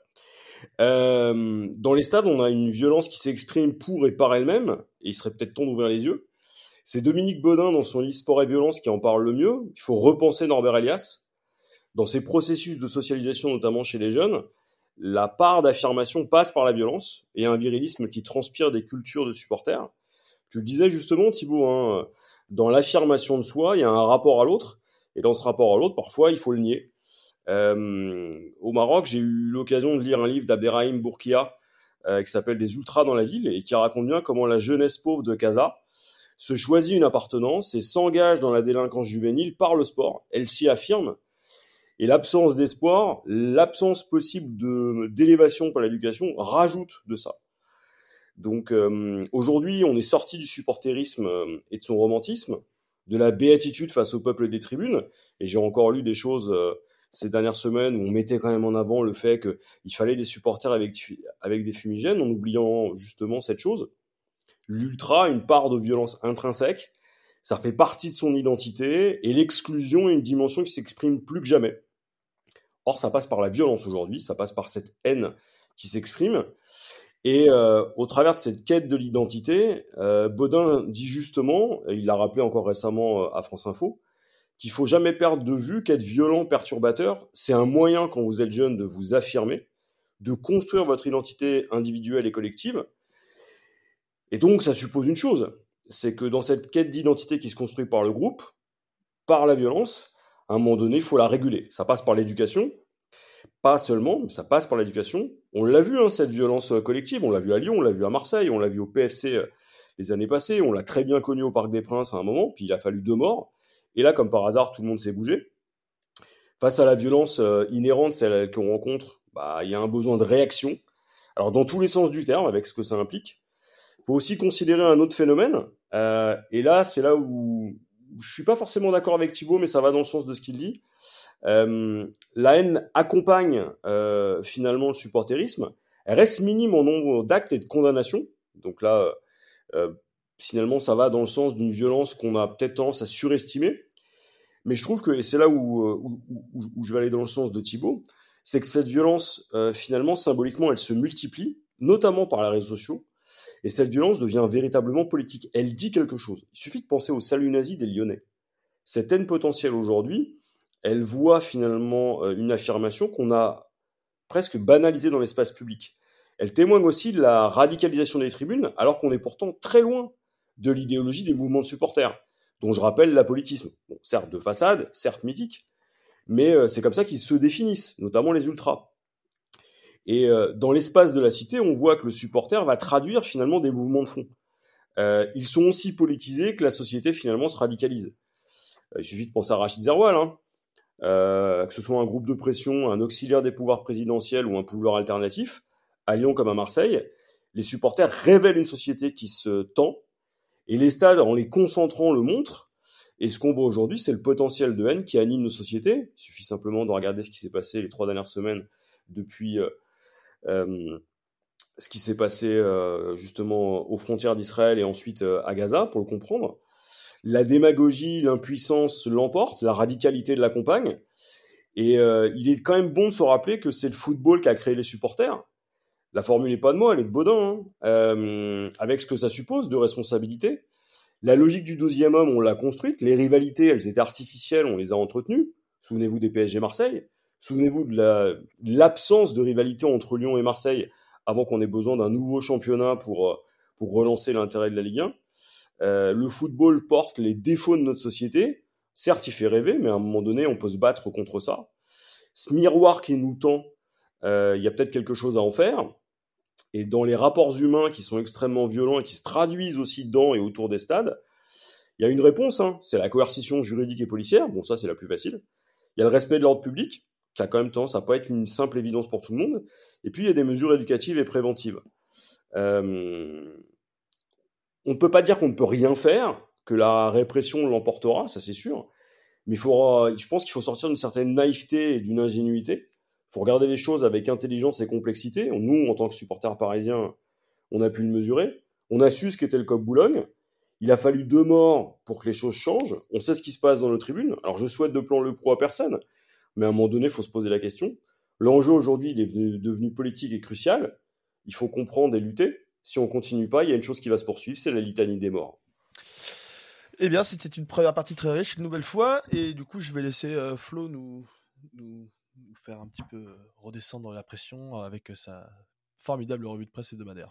Euh, dans les stades, on a une violence qui s'exprime pour et par elle-même, et il serait peut-être temps d'ouvrir les yeux. C'est Dominique Baudin, dans son livre Sport et violence, qui en parle le mieux. Il faut repenser Norbert Elias. Dans ses processus de socialisation, notamment chez les jeunes, la part d'affirmation passe par la violence, et un virilisme qui transpire des cultures de supporters. Tu le disais justement, Thibaut, hein, dans l'affirmation de soi, il y a un rapport à l'autre, et dans ce rapport à l'autre, parfois, il faut le nier. Euh, au Maroc, j'ai eu l'occasion de lire un livre d'Abderrahim Bourkia euh, qui s'appelle Des ultras dans la ville et qui raconte bien comment la jeunesse pauvre de Casa se choisit une appartenance et s'engage dans la délinquance juvénile par le sport. Elle s'y affirme et l'absence d'espoir, l'absence possible de, d'élévation par l'éducation rajoute de ça. Donc euh, aujourd'hui, on est sorti du supporterisme et de son romantisme, de la béatitude face au peuple des tribunes, et j'ai encore lu des choses euh, ces dernières semaines où on mettait quand même en avant le fait qu'il fallait des supporters avec, avec des fumigènes, en oubliant justement cette chose. L'ultra, une part de violence intrinsèque, ça fait partie de son identité, et l'exclusion est une dimension qui s'exprime plus que jamais. Or, ça passe par la violence aujourd'hui, ça passe par cette haine qui s'exprime, et euh, au travers de cette quête de l'identité, euh, Baudin dit justement, et il l'a rappelé encore récemment à France Info, qu'il ne faut jamais perdre de vue qu'être violent, perturbateur, c'est un moyen, quand vous êtes jeune, de vous affirmer, de construire votre identité individuelle et collective. Et donc, ça suppose une chose, c'est que dans cette quête d'identité qui se construit par le groupe, par la violence, à un moment donné, il faut la réguler. Ça passe par l'éducation, pas seulement, mais ça passe par l'éducation. On l'a vu, hein, cette violence collective, on l'a vu à Lyon, on l'a vu à Marseille, on l'a vu au P F C les années passées, on l'a très bien connu au Parc des Princes à un moment, puis il a fallu deux morts. Et là, comme par hasard, tout le monde s'est bougé. Face à la violence euh, inhérente, celle qu'on rencontre, bah, il y a un besoin de réaction. Alors, dans tous les sens du terme, avec ce que ça implique. Il faut aussi considérer un autre phénomène. Euh, et là, c'est là où, où je ne suis pas forcément d'accord avec Thibaut, mais ça va dans le sens de ce qu'il dit. Euh, la haine accompagne euh, finalement le supporterisme. Elle reste minime en nombre d'actes et de condamnations. Donc là, euh, finalement, ça va dans le sens d'une violence qu'on a peut-être tendance à surestimer. Mais je trouve que, et c'est là où, où, où, où je vais aller dans le sens de Thibaut, c'est que cette violence, euh, finalement, symboliquement, elle se multiplie, notamment par les réseaux sociaux, et cette violence devient véritablement politique. Elle dit quelque chose. Il suffit de penser au salut nazi des Lyonnais. cette haine potentielle aujourd'hui, elle voit finalement euh, une affirmation qu'on a presque banalisée dans l'espace public. Elle témoigne aussi de la radicalisation des tribunes, alors qu'on est pourtant très loin de l'idéologie des mouvements de supporters, dont je rappelle l'apolitisme. Bon, certes de façade, certes mythique, mais euh, c'est comme ça qu'ils se définissent, notamment les ultras. Et euh, dans l'espace de la cité, on voit que le supporter va traduire finalement des mouvements de fond. Euh, ils sont aussi politisés que la société finalement se radicalise. Euh, il suffit de penser à Rachid Zerwal, hein. euh, que ce soit un groupe de pression, un auxiliaire des pouvoirs présidentiels ou un pouvoir alternatif, à Lyon comme à Marseille, les supporters révèlent une société qui se tend, et les stades, en les concentrant, le montrent. Et ce qu'on voit aujourd'hui, c'est le potentiel de haine qui anime nos sociétés. Il suffit simplement de regarder ce qui s'est passé les trois dernières semaines depuis euh, euh, ce qui s'est passé euh, justement aux frontières d'Israël et ensuite euh, à Gaza, pour le comprendre. La démagogie, l'impuissance l'emportent, la radicalité de l'accompagne. Et euh, il est quand même bon de se rappeler que c'est le football qui a créé les supporters. La formule n'est pas de moi, elle est de Baudin, hein, euh, avec ce que ça suppose de responsabilité. La logique du douzième homme, on l'a construite. Les rivalités, elles étaient artificielles, on les a entretenues. Souvenez-vous des P S G Marseille. Souvenez-vous de, la, de l'absence de rivalité entre Lyon et Marseille avant qu'on ait besoin d'un nouveau championnat pour, pour relancer l'intérêt de la Ligue un. Euh, le football porte les défauts de notre société. Certes, il fait rêver, mais à un moment donné, on peut se battre contre ça. Ce miroir qui nous tend, euh, il y a peut-être quelque chose à en faire. Et dans les rapports humains qui sont extrêmement violents et qui se traduisent aussi dans et autour des stades, il y a une réponse, hein, c'est la coercition juridique et policière. Bon, ça, c'est la plus facile. Il y a le respect de l'ordre public, qui a quand même tendance à pas être une simple évidence pour tout le monde. Et puis, il y a des mesures éducatives et préventives. Euh... On ne peut pas dire qu'on ne peut rien faire, que la répression l'emportera, ça c'est sûr. Mais il faudra, je pense qu'il faut sortir d'une certaine naïveté et d'une ingénuité. Il faut regarder les choses avec intelligence et complexité. Nous, en tant que supporters parisiens, on a pu le mesurer. On a su ce qu'était le C O P Boulogne. Il a fallu deux morts pour que les choses changent. On sait ce qui se passe dans nos tribunes. Alors, je souhaite de plan le pro à personne, mais à un moment donné, il faut se poser la question. L'enjeu aujourd'hui, il est devenu politique et crucial. Il faut comprendre et lutter. Si on ne continue pas, il y a une chose qui va se poursuivre, c'est la litanie des morts. Eh bien, c'était une première partie très riche, une nouvelle fois. Et du coup, je vais laisser euh, Flo nous, nous, nous faire un petit peu redescendre la pression avec sa formidable revue de presse hebdomadaire.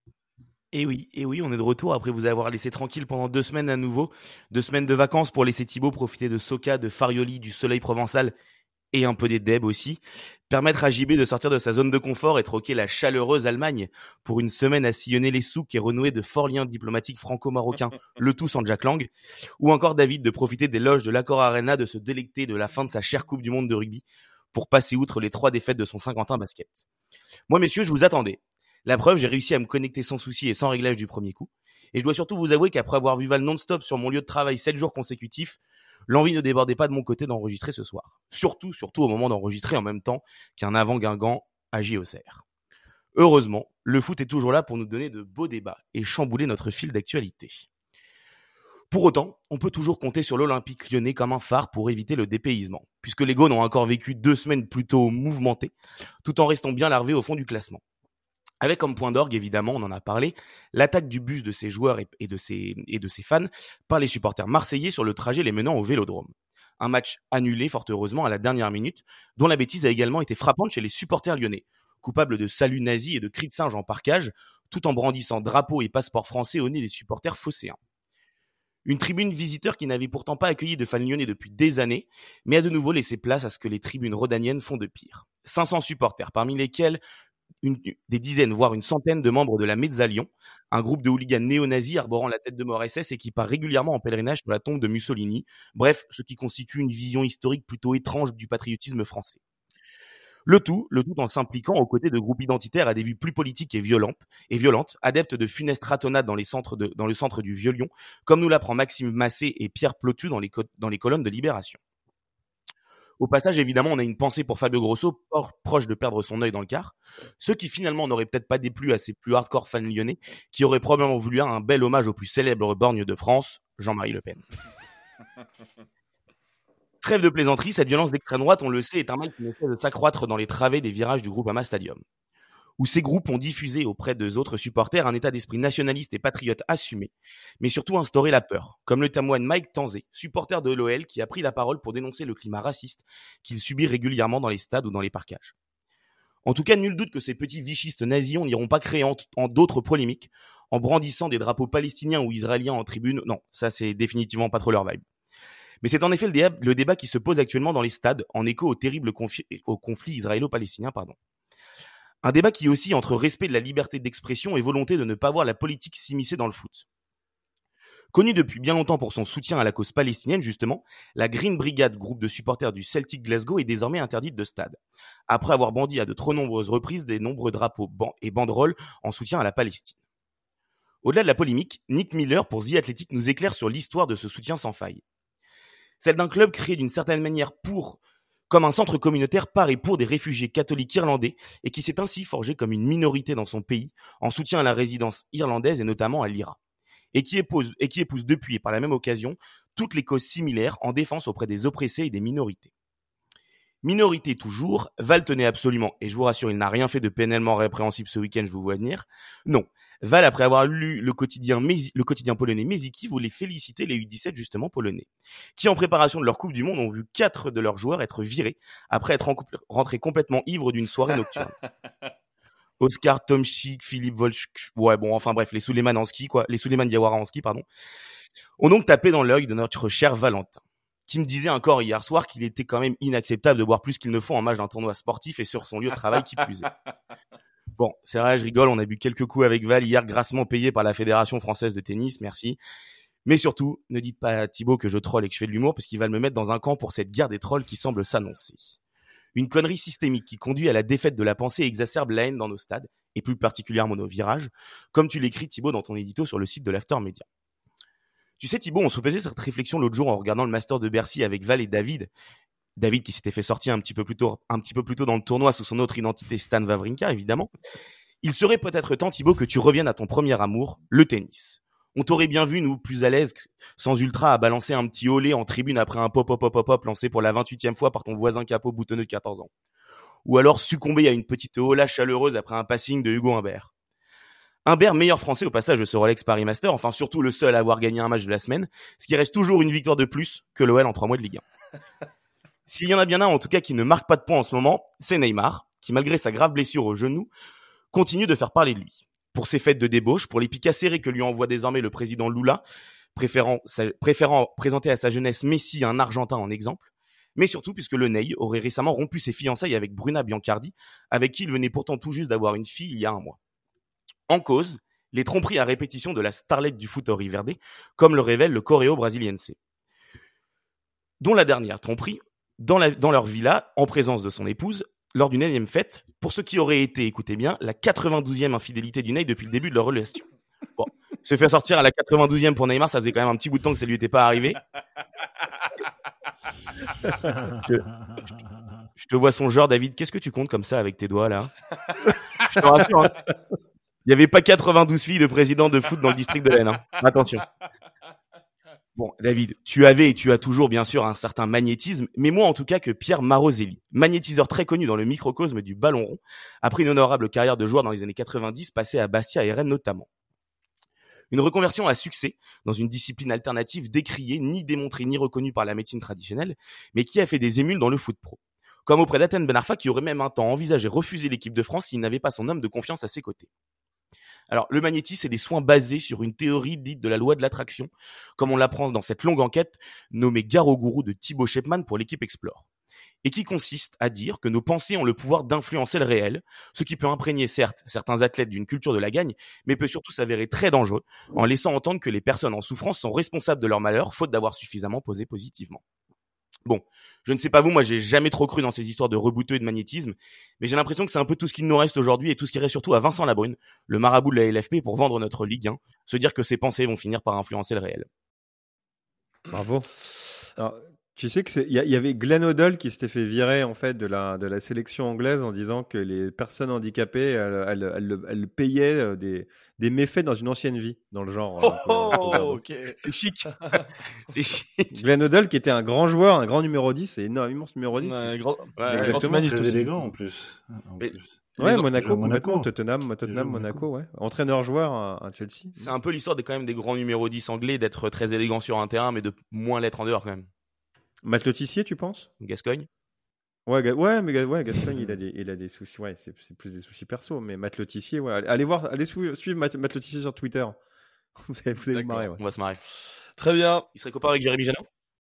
Et oui, et oui, on est de retour après vous avoir laissé tranquille pendant deux semaines à nouveau. Deux semaines de vacances pour laisser Thibaut profiter de Soka, de Farioli, du soleil provençal et un peu des Deb aussi. Permettre à J B de sortir de sa zone de confort et troquer la chaleureuse Allemagne pour une semaine à sillonner les souks et renouer de forts liens diplomatiques franco-marocains, le tout sans Jack Lang. Ou encore David de profiter des loges de l'Accor Arena, de se délecter de la fin de sa chère Coupe du Monde de rugby pour passer outre les trois défaites de son Saint-Quentin basket. Moi, messieurs, je vous attendais. La preuve, j'ai réussi à me connecter sans souci et sans réglage du premier coup. Et je dois surtout vous avouer qu'après avoir vu Val non-stop sur mon lieu de travail sept jours consécutifs, l'envie ne débordait pas de mon côté d'enregistrer ce soir. Surtout, surtout au moment d'enregistrer en même temps qu'un avant Guingamp à J O C R. Heureusement, le foot est toujours là pour nous donner de beaux débats et chambouler notre fil d'actualité. Pour autant, on peut toujours compter sur l'Olympique lyonnais comme un phare pour éviter le dépaysement, puisque les Gaunes ont encore vécu deux semaines plutôt mouvementées, tout en restant bien larvés au fond du classement. Avec comme point d'orgue, évidemment, on en a parlé, l'attaque du bus de ses joueurs et de ses, et de ses fans par les supporters marseillais sur le trajet les menant au Vélodrome. Un match annulé, fort heureusement, à la dernière minute, dont la bêtise a également été frappante chez les supporters lyonnais, coupables de saluts nazis et de cris de singe en parkage, tout en brandissant drapeaux et passeports français au nez des supporters phocéens. Une tribune visiteur qui n'avait pourtant pas accueilli de fans lyonnais depuis des années, mais a de nouveau laissé place à ce que les tribunes rhodaniennes font de pire. cinq cents supporters, parmi lesquels Une, des dizaines, voire une centaine de membres de la Mezza Lyon, un groupe de hooligans néo-nazis arborant la tête de mort S S et qui part régulièrement en pèlerinage sur la tombe de Mussolini. Bref, ce qui constitue une vision historique plutôt étrange du patriotisme français. Le tout, le tout en s'impliquant aux côtés de groupes identitaires à des vues plus politiques et violentes, et violentes, adeptes de funestes ratonnades dans, les centres de, dans le centre du Vieux-Lyon, comme nous l'apprend Maxime Massé et Pierre Plotu dans les, co- dans les colonnes de Libération. Au passage, évidemment, on a une pensée pour Fabio Grosso, proche de perdre son œil dans le quart, ce qui finalement n'aurait peut-être pas déplu à ses plus hardcore fans lyonnais, qui auraient probablement voulu un bel hommage au plus célèbre borgne de France, Jean-Marie Le Pen. Trêve de plaisanterie, cette violence d'extrême droite, on le sait, est un mal qui ne fait de s'accroître dans les travées des virages du Groupama Stadium. où ces groupes ont diffusé auprès des autres supporters un état d'esprit nationaliste et patriote assumé, mais surtout instauré la peur, comme le témoigne Mike Tanzé, supporter de l'O L qui a pris la parole pour dénoncer le climat raciste qu'il subit régulièrement dans les stades ou dans les parkages. En tout cas, nul doute que ces petits vichistes nazis n'iront pas créer en, en d'autres polémiques en brandissant des drapeaux palestiniens ou israéliens en tribune. Non, ça c'est définitivement pas trop leur vibe. Mais c'est en effet le, dé- le débat qui se pose actuellement dans les stades, en écho au terrible confi- au conflit israélo-palestinien, pardon. Un débat qui oscille entre respect de la liberté d'expression et volonté de ne pas voir la politique s'immiscer dans le foot. Connue depuis bien longtemps pour son soutien à la cause palestinienne, justement, la Green Brigade, groupe de supporters du Celtic Glasgow, est désormais interdite de stade, après avoir brandi à de trop nombreuses reprises des nombreux drapeaux ban- et banderoles en soutien à la Palestine. Au-delà de la polémique, Nick Miller pour The Athletic nous éclaire sur l'histoire de ce soutien sans faille. Celle d'un club créé d'une certaine manière pour, comme un centre communautaire par et pour des réfugiés catholiques irlandais et qui s'est ainsi forgé comme une minorité dans son pays en soutien à la résidence irlandaise et notamment à l'I R A, et qui épouse, et qui épouse depuis et par la même occasion toutes les causes similaires en défense auprès des oppressés et des minorités. Minorité toujours, Val tenait absolument, et je vous rassure, il n'a rien fait de pénellement répréhensible ce week-end, je vous vois venir. Non, Val, après avoir lu le quotidien, Mézi- le quotidien polonais Meziki, voulait féliciter les U dix-sept justement polonais, qui en préparation de leur Coupe du Monde ont vu quatre de leurs joueurs être virés après être en- rentrés complètement ivres d'une soirée nocturne. Oscar Tomczyk, Philippe Volchk, ouais bon, enfin bref, les Souleymane en ski, quoi, les Souleymane Diawara en ski, pardon, ont donc tapé dans l'œil de notre cher Valentin, qui me disait encore hier soir qu'il était quand même inacceptable de boire plus qu'il ne faut en match d'un tournoi sportif et sur son lieu de travail qui plus est. Bon, c'est vrai, je rigole, on a bu quelques coups avec Val hier, grassement payé par la Fédération Française de Tennis, merci. Mais surtout, ne dites pas à Thibaut que je troll et que je fais de l'humour, parce qu'il va me mettre dans un camp pour cette guerre des trolls qui semble s'annoncer. Une connerie systémique qui conduit à la défaite de la pensée et exacerbe la haine dans nos stades, et plus particulièrement nos virages, comme tu l'écris Thibaut dans ton édito sur le site de l'After Media. Tu sais Thibaut, on se faisait cette réflexion l'autre jour en regardant le Master de Bercy avec Val et David. David qui s'était fait sortir un petit peu plus tôt, un petit peu plus tôt dans le tournoi sous son autre identité Stan Wawrinka, évidemment. Il serait peut-être temps, Thibaut, que tu reviennes à ton premier amour, le tennis. On t'aurait bien vu, nous, plus à l'aise, sans ultra, à balancer un petit olé en tribune après un pop-pop-pop-pop lancé pour la vingt-huitième fois par ton voisin capot boutonneux de quatorze ans. Ou alors succomber à une petite hola chaleureuse après un passing de Hugo Humbert. Humbert, meilleur français au passage de ce Rolex Paris Master, enfin surtout le seul à avoir gagné un match de la semaine, ce qui reste toujours une victoire de plus que l'O L en trois mois de Ligue un. S'il y en a bien un, en tout cas, qui ne marque pas de points en ce moment, c'est Neymar, qui malgré sa grave blessure au genou, continue de faire parler de lui. Pour ses fêtes de débauche, pour les pics acérés que lui envoie désormais le président Lula, préférant, sa, préférant présenter à sa jeunesse Messi, un Argentin en exemple, mais surtout puisque le Ney aurait récemment rompu ses fiançailles avec Bruna Biancardi, avec qui il venait pourtant tout juste d'avoir une fille il y a un mois. En cause, les tromperies à répétition de la starlette du foot au Riverde, comme le révèle le Correo Brasiliense, dont la dernière tromperie, dans, la, dans leur villa, en présence de son épouse, lors d'une énième fête, pour ce qui aurait été, écoutez bien, la quatre-vingt-douzième infidélité du Ney depuis le début de leur relation. Bon, se faire sortir à la quatre-vingt-douzième pour Neymar, ça faisait quand même un petit bout de temps que ça lui était pas arrivé. je, je te vois son genre, David, qu'est-ce que tu comptes comme ça avec tes doigts, là? Je te rassure, hein. Il n'y avait pas quatre-vingt-douze filles de président de foot dans le district de l'Aisne, hein. Attention. Bon, David, tu avais et tu as toujours, bien sûr, un certain magnétisme, mais moins en tout cas que Pierre Maroselli, magnétiseur très connu dans le microcosme du ballon rond, après une honorable carrière de joueur dans les années quatre-vingt-dix, passée à Bastia et Rennes notamment. Une reconversion à succès dans une discipline alternative décriée, ni démontrée, ni reconnue par la médecine traditionnelle, mais qui a fait des émules dans le foot pro. Comme auprès d'Athènes Ben Arfa, qui aurait même un temps envisagé refuser l'équipe de France s'il n'avait pas son homme de confiance à ses côtés. Alors, le magnétisme, c'est des soins basés sur une théorie dite de la loi de l'attraction, comme on l'apprend dans cette longue enquête nommée Gare au gourou de Thibaut Shepman pour l'équipe Explore, et qui consiste à dire que nos pensées ont le pouvoir d'influencer le réel, ce qui peut imprégner certes certains athlètes d'une culture de la gagne, mais peut surtout s'avérer très dangereux en laissant entendre que les personnes en souffrance sont responsables de leur malheur, faute d'avoir suffisamment posé positivement. Bon, je ne sais pas vous, moi j'ai jamais trop cru dans ces histoires de rebouteux et de magnétisme, mais j'ai l'impression que c'est un peu tout ce qu'il nous reste aujourd'hui et tout ce qui reste surtout à Vincent Labrune, le marabout de la L F P, pour vendre notre Ligue un, se dire que ses pensées vont finir par influencer le réel. Bravo. Alors, Tu sais que c'est, il y, a- il y avait Glenn Hoddle qui s'était fait virer en fait de la de la sélection anglaise en disant que les personnes handicapées elles, elles, elles le- elles payaient euh, des des méfaits dans une ancienne vie dans le genre. Oh, Donc, euh, faut faire oh, attention. ok. C'est chic. C'est chic. Glenn Hoddle qui était un grand joueur, un grand numéro dix, et énorme immense numéro dix. Ouais, grand, Ouais, grand Exactement. humaniste Très aussi. élégant en plus. En Mais- plus. Ouais, Les- Monaco, joue à Monaco. complètement. Tottenham, Il joue Tottenham, à Monaco, Monaco. ouais. Entraîneur-joueur à, à Chelsea. C'est un peu l'histoire des quand même des grands numéros dix anglais d'être très élégant sur un terrain, mais de moins l'être en dehors quand même. Matt Le Tissier, tu penses? Gascogne. Ouais, Ga- ouais, mais Ga- ouais, Gascogne, il a des, il a des soucis. Ouais, c'est, c'est plus des soucis perso. Mais Matt Le Tissier, ouais. Allez, allez voir, allez sou- suivre Matt, Matt Le Tissier sur Twitter. Vous allez, vous allez vous D'accord. marrer, ouais. On va se marrer. Très bien. Il serait copain avec Jérémy Janot.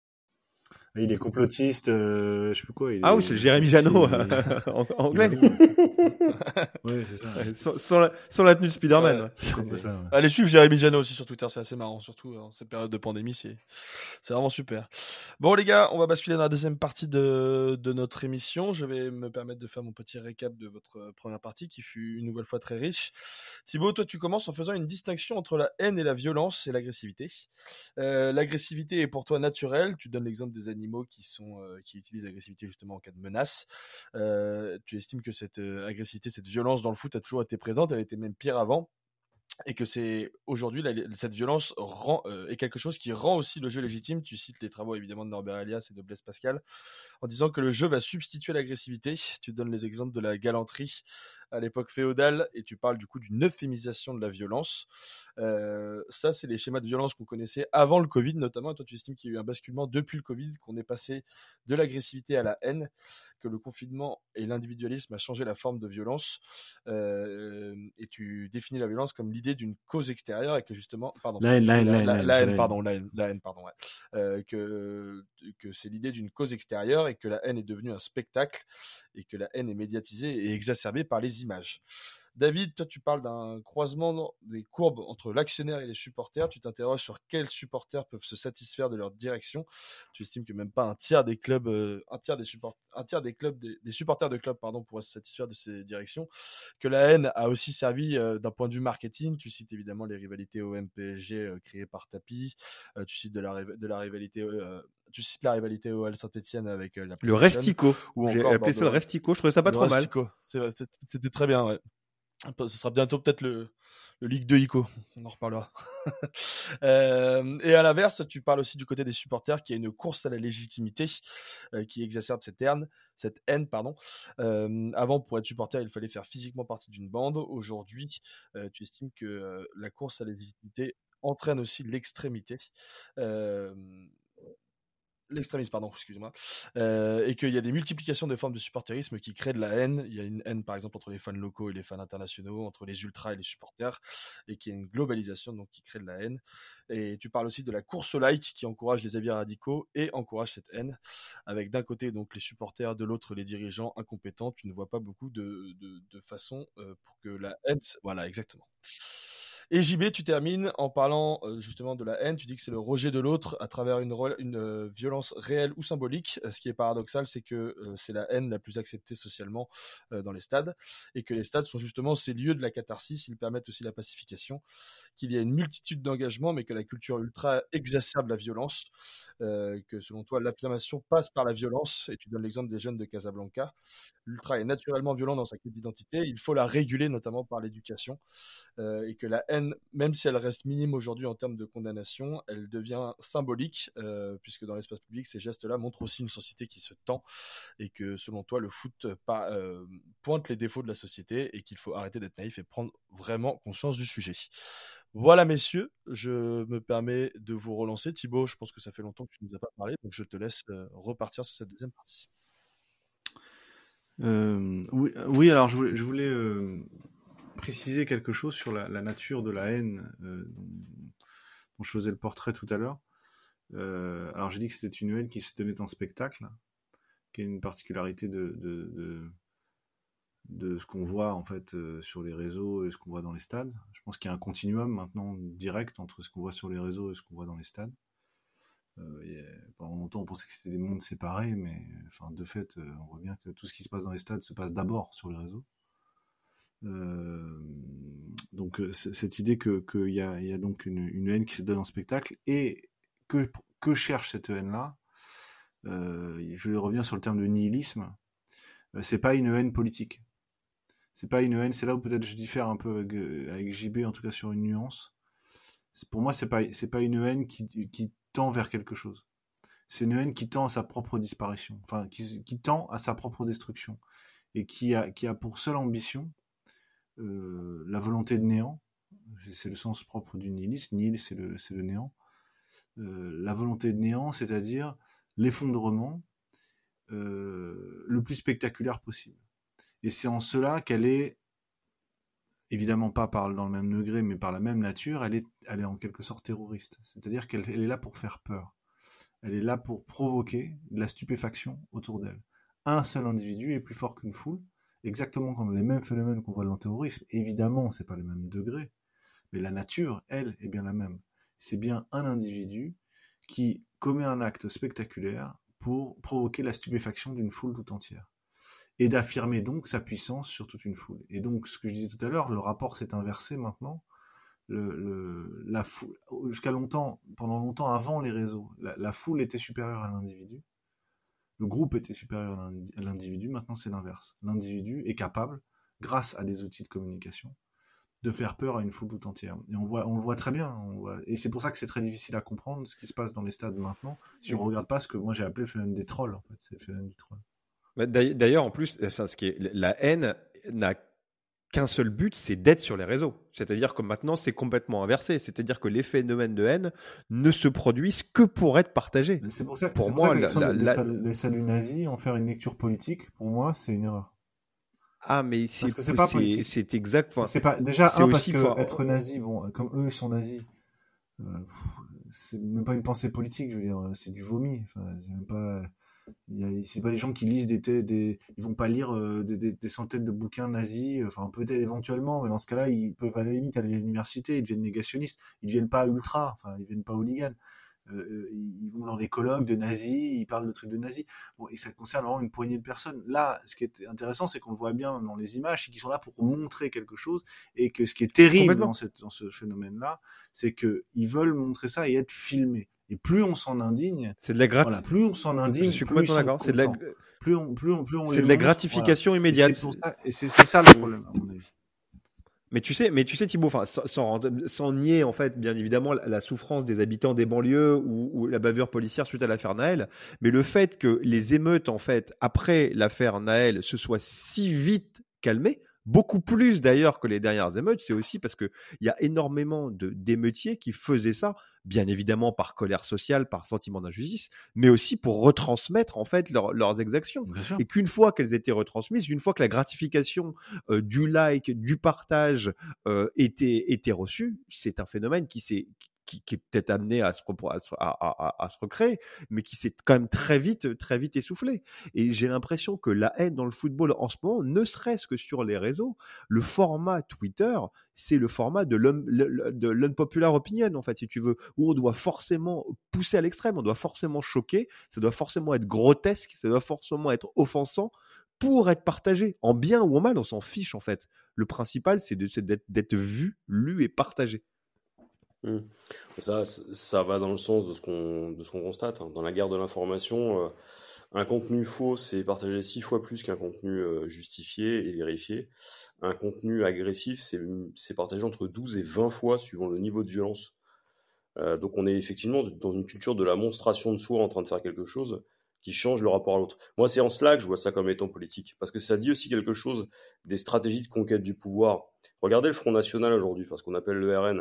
Il est complotiste, euh, je sais plus quoi. Il Ah est- oui, c'est le Jérémy Janot, il est- en- il anglais. est- Ouais, c'est ça. Ouais, sans, sans la, sans la tenue de Spider-Man. Ouais. ouais. C'est un peu ça. ouais. Allez suivre Jérémy Janot aussi sur Twitter, c'est assez marrant, surtout en cette période de pandémie, c'est c'est vraiment super. Bon les gars, on va basculer dans la deuxième partie de, de notre émission. Je vais me permettre de faire mon petit récap de votre première partie qui fut une nouvelle fois très riche. Thibaut, toi tu commences en faisant une distinction entre la haine et la violence et l'agressivité. Euh, l'agressivité est pour toi naturelle, tu donnes l'exemple des animaux qui, sont, euh, qui utilisent l'agressivité justement en cas de menace. Euh, tu estimes que cette euh, agressivité, cette violence dans le foot a toujours été présente, elle était même pire avant. Et que c'est aujourd'hui la- cette violence rend, euh, est quelque chose qui rend aussi le jeu légitime. Tu cites les travaux évidemment de Norbert Elias et de Blaise Pascal en disant que le jeu va substituer l'agressivité. Tu donnes les exemples de la galanterie à l'époque féodale et tu parles du coup d'une euphémisation de la violence. Euh, ça, c'est les schémas de violence qu'on connaissait avant le Covid notamment. Et toi, tu estimes qu'il y a eu un basculement depuis le Covid, qu'on est passé de l'agressivité à la haine, que le confinement et l'individualisme a changé la forme de violence. Euh, et tu définis la violence comme l'idée d'une cause extérieure et que justement, pardon, La haine, la haine, la haine, la, la haine, la c'est haine, la haine. pardon, la haine, la haine, pardon, ouais. Euh, que que c'est l'idée d'une cause extérieure et que la haine est devenue un spectacle et que la haine est médiatisée et exacerbée par les images. David, toi tu parles d'un croisement des courbes entre l'actionnaire et les supporters. Tu t'interroges sur quels supporters peuvent se satisfaire de leur direction. Tu estimes que même pas un tiers des clubs, euh, un tiers des support, un tiers des clubs, des, des supporters de clubs, pardon, pourraient se satisfaire de ces directions. Que la haine a aussi servi euh, d'un point de vue marketing. Tu cites évidemment les rivalités O M P S G euh, créées par Tapi. Euh, tu cites de la de la rivalité. Euh, tu cites la rivalité O L Saint-Etienne avec euh, la Le PlayStation. Restico. Ou J'ai encore appelé ça le Bordeaux. Restico. Je trouvais ça pas Le trop mal. Restico. C'est vrai, c'était- c'était très bien, ouais. Ce sera bientôt peut-être le, le Ligue deux ICO, on en reparlera. Euh, et à l'inverse, tu parles aussi du côté des supporters qui a une course à la légitimité euh, qui exacerbe cette haine, cette haine pardon. Euh, avant, pour être supporter, il fallait faire physiquement partie d'une bande. Aujourd'hui, euh, tu estimes que euh, la course à la légitimité entraîne aussi l'extrémité. Euh, L'extrémisme, pardon, excusez-moi, euh, et qu'il y a des multiplications de formes de supporterisme qui créent de la haine. Il y a une haine, par exemple, entre les fans locaux et les fans internationaux, entre les ultras et les supporters, et qui est une globalisation donc qui crée de la haine. Et tu parles aussi de la course au like qui encourage les avis radicaux et encourage cette haine, avec d'un côté donc les supporters, de l'autre les dirigeants incompétents. Tu ne vois pas beaucoup de, de, de façons euh, pour que la haine, voilà, exactement. Et J B, tu termines en parlant euh, justement de la haine. Tu dis que c'est le rejet de l'autre à travers une, re- une euh, violence réelle ou symbolique. Euh, Ce qui est paradoxal, c'est que euh, c'est la haine la plus acceptée socialement euh, dans les stades et que les stades sont justement ces lieux de la catharsis. Ils permettent aussi la pacification, qu'il y a une multitude d'engagements, mais que la culture ultra exacerbe la violence. Euh, que selon toi, l'affirmation passe par la violence. Et tu donnes l'exemple des jeunes de Casablanca. L'ultra est naturellement violent dans sa quête d'identité. Il faut la réguler, notamment par l'éducation. Euh, et que la haine, même si elle reste minime aujourd'hui en termes de condamnation, elle devient symbolique, euh, puisque dans l'espace public, ces gestes-là montrent aussi une société qui se tend, et que selon toi, le foot pas, euh, pointe les défauts de la société, et qu'il faut arrêter d'être naïf et prendre vraiment conscience du sujet. Voilà, messieurs, je me permets de vous relancer. Thibaut, je pense que ça fait longtemps que tu ne nous as pas parlé, donc je te laisse euh, repartir sur cette deuxième partie. Euh, oui, oui, alors je voulais, je voulais euh, préciser quelque chose sur la, la nature de la haine euh, dont je faisais le portrait tout à l'heure. Euh, alors j'ai dit que c'était une haine qui se tenait en spectacle, qui est une particularité de, de, de, de ce qu'on voit en fait euh, sur les réseaux et ce qu'on voit dans les stades. Je pense qu'il y a un continuum maintenant direct entre ce qu'on voit sur les réseaux et ce qu'on voit dans les stades. Euh, et pendant longtemps, on pensait que c'était des mondes séparés, mais enfin, de fait, euh, on voit bien que tout ce qui se passe dans les stades se passe d'abord sur les réseaux. Euh, donc, euh, c- cette idée que qu'il y a, il y a donc une, une haine qui se donne en spectacle et que que cherche cette haine-là, euh, je vais revenir sur le terme de nihilisme, euh, c'est pas une haine politique. C'est pas une haine, c'est là où peut-être je diffère un peu avec, avec J B, en tout cas sur une nuance. C'est, pour moi, c'est pas, c'est pas une haine qui, qui tend vers quelque chose. C'est une haine qui tend à sa propre disparition, enfin, qui, qui tend à sa propre destruction, et qui a, qui a pour seule ambition euh, la volonté de néant. C'est le sens propre du nihilisme. Nihil, c'est le, c'est le néant. Euh, la volonté de néant, c'est-à-dire l'effondrement euh, le plus spectaculaire possible. Et c'est en cela qu'elle est, évidemment pas par, dans le même degré, mais par la même nature, elle est, elle est en quelque sorte terroriste. C'est-à-dire qu'elle elle est là pour faire peur. Elle est là pour provoquer de la stupéfaction autour d'elle. Un seul individu est plus fort qu'une foule, exactement comme les mêmes phénomènes qu'on voit dans le terrorisme. Évidemment, c'est pas le même degré, mais la nature, elle, est bien la même. C'est bien un individu qui commet un acte spectaculaire pour provoquer la stupéfaction d'une foule tout entière. Et d'affirmer donc sa puissance sur toute une foule. Et donc, ce que je disais tout à l'heure, le rapport s'est inversé maintenant. Le, le, la foule, jusqu'à longtemps, pendant longtemps avant les réseaux, la, la foule était supérieure à l'individu. Le groupe était supérieur à l'individu. Maintenant, c'est l'inverse. L'individu est capable, grâce à des outils de communication, de faire peur à une foule tout entière. Et on, voit, on le voit très bien. On voit... Et c'est pour ça que c'est très difficile à comprendre ce qui se passe dans les stades maintenant, si on ne regarde pas ce que moi j'ai appelé le phénomène des trolls. En fait. C'est le phénomène du troll. D'ailleurs, en plus, enfin, ce qui est, la haine n'a qu'un seul but, c'est d'être sur les réseaux. C'est-à-dire que maintenant, c'est complètement inversé. C'est-à-dire que les phénomènes de haine ne se produisent que pour être partagés. C'est pour ça que, pour c'est moi, pour ça que la, les, la, saluts, les saluts nazis, en faire une lecture politique, pour moi, c'est une erreur. Ah, mais c'est, parce que c'est pas politique. C'est exact. Enfin, c'est pas, déjà, c'est un, parce aussi, que enfin, être nazi, bon, comme eux, ils sont nazis, euh, c'est même pas une pensée politique, je veux dire, c'est du vomi. Enfin, c'est même pas... Il y a, c'est pas les gens qui lisent des, des ils vont pas lire euh, des, des, des centaines de bouquins nazis, enfin peut-être éventuellement, mais dans ce cas-là ils peuvent à la limite aller à l'université, ils deviennent négationnistes, ils deviennent pas ultra, enfin ils deviennent pas hooligans, euh, ils vont dans des colloques de nazis, ils parlent de trucs de nazis, bon, et ça concerne vraiment une poignée de personnes. Là, ce qui est intéressant, c'est qu'on le voit bien dans les images, c'est qu'ils sont là pour montrer quelque chose, et que ce qui est terrible dans, cette, dans ce phénomène-là, c'est que ils veulent montrer ça et être filmés. Et plus on s'en indigne, c'est de la grat... voilà, plus on s'en indigne, je suis plus ils sont d'accord. C'est de la... plus on, plus on, plus on c'est de la gratification voilà. immédiate. Et c'est, pour ça, et c'est, c'est ça le problème, à mon avis. Mais tu sais, mais tu sais Thibaut, enfin, sans, sans, sans nier en fait, bien évidemment, la, la souffrance des habitants des banlieues ou, ou la bavure policière suite à l'affaire Naël, mais le fait que les émeutes en fait après l'affaire Naël se soient si vite calmées, beaucoup plus d'ailleurs que les dernières émeutes, c'est aussi parce que il y a énormément de d'émeutiers qui faisaient ça, bien évidemment par colère sociale, par sentiment d'injustice, mais aussi pour retransmettre en fait leur, leurs exactions. Et qu'une fois qu'elles étaient retransmises, une fois que la gratification euh, du like, du partage euh, était était reçue, c'est un phénomène qui s'est Qui, qui est peut-être amené à se, à, à, à, à se recréer, mais qui s'est quand même très vite, très vite essoufflé. Et j'ai l'impression que la haine dans le football en ce moment, ne serait-ce que sur les réseaux, le format Twitter, c'est le format de, de l'unpopular opinion, en fait, si tu veux, où on doit forcément pousser à l'extrême, on doit forcément choquer, ça doit forcément être grotesque, ça doit forcément être offensant, pour être partagé, en bien ou en mal, on s'en fiche en fait. Le principal, c'est, de, c'est d'être, d'être vu, lu et partagé. Mmh. Ça, ça va dans le sens de ce qu'on, de ce qu'on constate. Dans la guerre de l'information, euh, un contenu faux, c'est partagé six fois plus qu'un contenu euh, justifié et vérifié. Un contenu agressif, c'est, c'est partagé entre douze et vingt fois suivant le niveau de violence. Euh, donc on est effectivement dans une culture de la monstration de soi en train de faire quelque chose qui change le rapport à l'autre. Moi, c'est en cela que je vois ça comme étant politique, parce que ça dit aussi quelque chose des stratégies de conquête du pouvoir. Regardez le Front National aujourd'hui, enfin ce qu'on appelle le R N.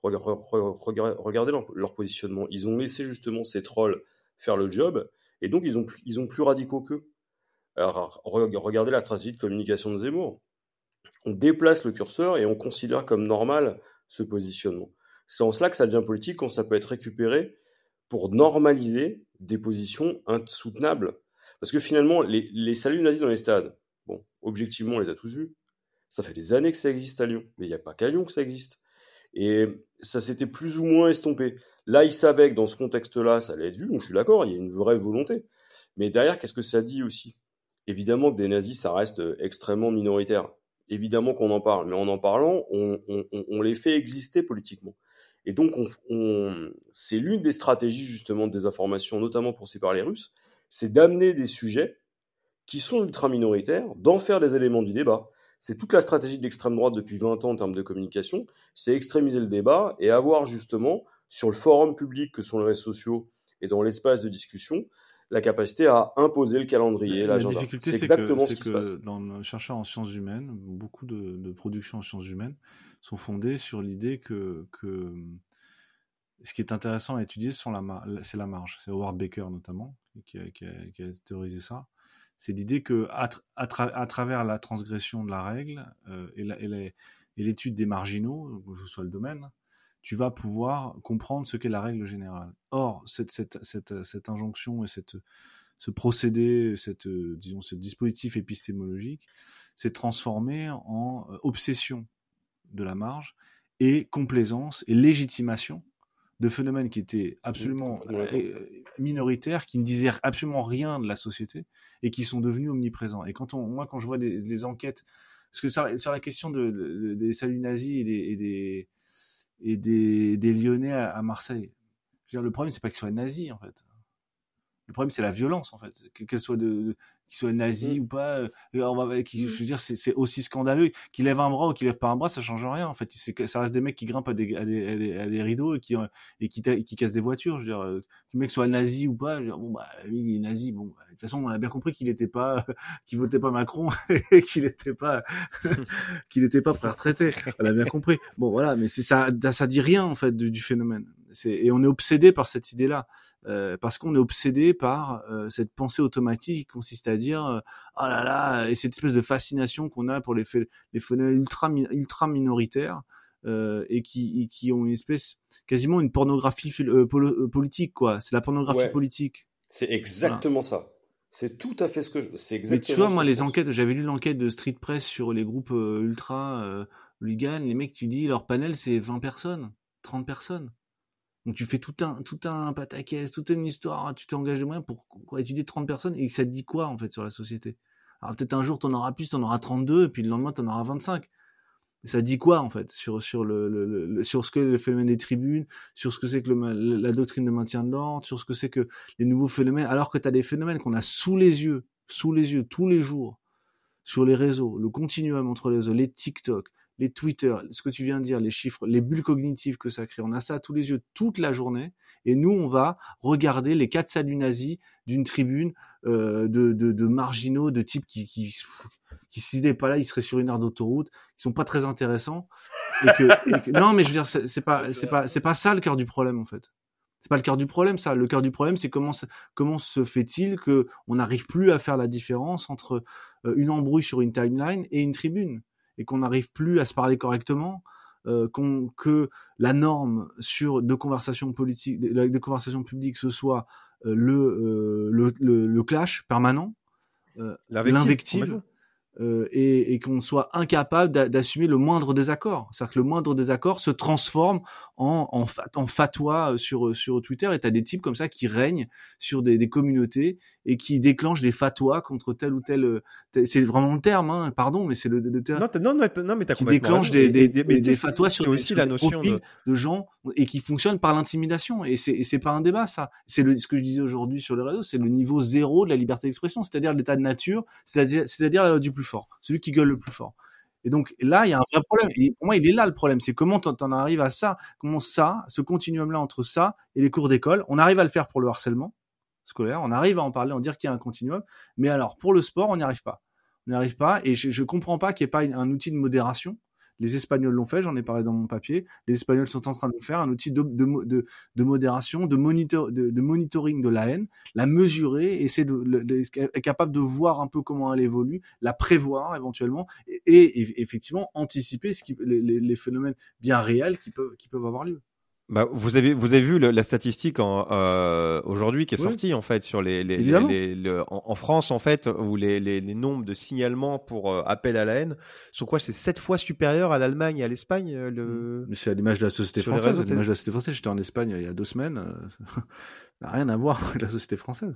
Regardez leur, leur positionnement. Ils ont laissé justement ces trolls faire le job, et donc ils ont, ils ont plus radicaux qu'eux. Alors, regardez la stratégie de communication de Zemmour. On déplace le curseur et on considère comme normal ce positionnement. C'est en cela que ça devient politique quand ça peut être récupéré pour normaliser des positions insoutenables. Parce que finalement, les, les saluts nazis dans les stades, bon, objectivement, on les a tous vus. Ça fait des années que ça existe à Lyon, mais il n'y a pas qu'à Lyon que ça existe. Et ça s'était plus ou moins estompé. Là, ils savaient que dans ce contexte-là, ça allait être vu, donc je suis d'accord, il y a une vraie volonté. Mais derrière, qu'est-ce que ça dit aussi ? Évidemment que des nazis, ça reste extrêmement minoritaire. Évidemment qu'on en parle, mais en en parlant, on, on, on les fait exister politiquement. Et donc, on, on, c'est l'une des stratégies justement de désinformation, notamment poussée par les Russes, c'est d'amener des sujets qui sont ultra minoritaires, d'en faire des éléments du débat. C'est toute la stratégie de l'extrême droite depuis vingt ans en termes de communication, c'est extrémiser le débat et avoir justement, sur le forum public que sont les réseaux sociaux et dans l'espace de discussion, la capacité à imposer le calendrier, La l'agenda. difficulté, C'est c'est exactement que, ce c'est qui se passe. que dans le chercheur en sciences humaines, beaucoup de, de productions en sciences humaines sont fondées sur l'idée que, que ce qui est intéressant à étudier, sont la mar- c'est la marge. C'est Howard Baker notamment qui a, qui a, qui a théorisé ça. C'est l'idée que à, tra- à, tra- à travers la transgression de la règle euh, et, la, et, la, et l'étude des marginaux, que ce soit le domaine, tu vas pouvoir comprendre ce qu'est la règle générale. Or, cette, cette, cette, cette injonction et cette, ce procédé, cette, disons, ce dispositif épistémologique s'est transformé en obsession de la marge et complaisance et légitimation de phénomènes qui étaient absolument Ouais. minoritaires, qui ne disaient absolument rien de la société et qui sont devenus omniprésents. Et quand on, moi, quand je vois des, des enquêtes, parce que sur, sur la question de, de, des saluts nazis et des, et des, et des, des Lyonnais à, à Marseille, je veux dire, le problème, c'est pas qu'ils soient nazis, en fait. Le problème, c'est la violence, en fait. Qu'elle soit de, de qu'ils soient nazis Mm. ou pas, euh, on va, qui, je veux dire, c'est, c'est aussi scandaleux. Qu'ils lèvent un bras ou qu'ils lèvent pas un bras, ça change rien, en fait. C'est, ça reste des mecs qui grimpent à des, à des, à des, à des rideaux et qui, et qui, qui cassent des voitures. Je veux dire, euh, que le mec soit nazi ou pas, je veux dire, bon, bah, lui, il est nazi. Bon, bah, de toute façon, on a bien compris qu'il était pas, qu'il votait pas Macron et qu'il était pas, qu'il était pas prêt à retraiter. On a bien compris. Bon, voilà, mais c'est ça, ça dit rien, en fait, du, du phénomène. C'est, et on est obsédé par cette idée-là. Euh, parce qu'on est obsédé par euh, cette pensée automatique qui consiste à dire euh, oh là là, et cette espèce de fascination qu'on a pour les, ph- les phénomènes ultra, ultra minoritaires euh, et, qui, et qui ont une espèce, quasiment une pornographie euh, polo- politique, quoi. C'est la pornographie Ouais. politique. C'est exactement voilà. ça. C'est tout à fait ce que je... c'est exactement. Mais tu vois, ce moi, que les je pense. enquêtes, j'avais lu l'enquête de Street Press sur les groupes euh, ultra euh, hooligans. Les mecs, tu dis, leur panel, c'est vingt personnes, trente personnes. Donc tu fais tout un tout un pataquès, toute une histoire, tu t'engages de moyens pour, pour étudier trente personnes et ça te dit quoi en fait sur la société? Alors peut-être un jour t'en auras plus, t'en auras trente-deux et puis le lendemain t'en auras vingt-cinq. Et ça dit quoi en fait sur sur le, le, le sur ce que le phénomène des tribunes, sur ce que c'est que le, la doctrine de maintien de l'ordre, sur ce que c'est que les nouveaux phénomènes, alors que t'as des phénomènes qu'on a sous les yeux, sous les yeux tous les jours sur les réseaux, le continuum entre les réseaux, les TikTok, les Twitter, ce que tu viens de dire, les chiffres, les bulles cognitives que ça crée. On a ça à tous les yeux toute la journée. Et nous, on va regarder les quatre saluts nazis d'une tribune euh, de, de, de marginaux, de types qui, qui, qui s'ils n'étaient pas là, ils seraient sur une aire d'autoroute, qui sont pas très intéressants. Et que, et que non, mais je veux dire, c'est, c'est pas, c'est pas, c'est pas ça le cœur du problème en fait. C'est pas le cœur du problème, ça. Le cœur du problème, c'est comment, comment se fait-il que on n'arrive plus à faire la différence entre euh, une embrouille sur une timeline et une tribune, et qu'on n'arrive plus à se parler correctement, euh, qu'on, que la norme sur de conversations politiques, de, de conversations publiques, ce soit euh, le, euh, le, le, le clash permanent, euh, l'invective. l'invective Euh, et, et qu'on soit incapable d'a, d'assumer le moindre désaccord. C'est-à-dire que le moindre désaccord se transforme en, en, fat, en fatwa sur, sur Twitter, et t'as des types comme ça qui règnent sur des, des communautés et qui déclenchent des fatwas contre tel ou tel... tel c'est vraiment le terme, hein, pardon, mais c'est le, le terme. Non, non, non, non, mais t'as qui complètement déclenche raison. des, Et- et- des, mais des, tu des sais, fatwas c'est sur des, aussi sur la des notion profils de- de gens et qui fonctionnent par l'intimidation. Et c'est, et c'est pas un débat, ça. C'est le, ce que je disais aujourd'hui sur les réseaux, c'est le niveau zéro de la liberté d'expression, c'est-à-dire l'état de nature, c'est-à-dire, c'est-à-dire la loi du plus fort, celui qui gueule le plus fort. Et donc là, il y a un vrai problème. Et pour moi, il est là le problème. C'est comment t'en, t'en arrives à ça, comment ça, ce continuum-là entre ça et les cours d'école, on arrive à le faire pour le harcèlement scolaire, on arrive à en parler, à en dire qu'il y a un continuum, mais alors pour le sport, on n'y arrive pas. On n'y arrive pas, et je, je comprends pas qu'il n'y ait pas une, un outil de modération. Les Espagnols l'ont fait, j'en ai parlé dans mon papier. Les Espagnols sont en train de le faire, un outil de, de, de, de modération, de, monitor, de, de monitoring de la haine, la mesurer, essayer de, de, de, être capable de voir un peu comment elle évolue, la prévoir éventuellement, et, et, et effectivement anticiper ce qui, les, les, les phénomènes bien réels qui peuvent, qui peuvent avoir lieu. Bah, vous avez vous avez vu le, la statistique en, euh, aujourd'hui qui est Oui. sortie en fait sur les, les, les, Évidemment. les- le- en, en France en fait où les, les, les nombres de signalements pour euh, appel à la haine sont quoi? C'est sept fois supérieur à l'Allemagne et à l'Espagne. euh, Le Mais c'est à l'image de la société Sur les française. réseaux, À l'image de la société française, j'étais en Espagne il y a deux semaines. Euh, ça n'a rien à voir avec la société française.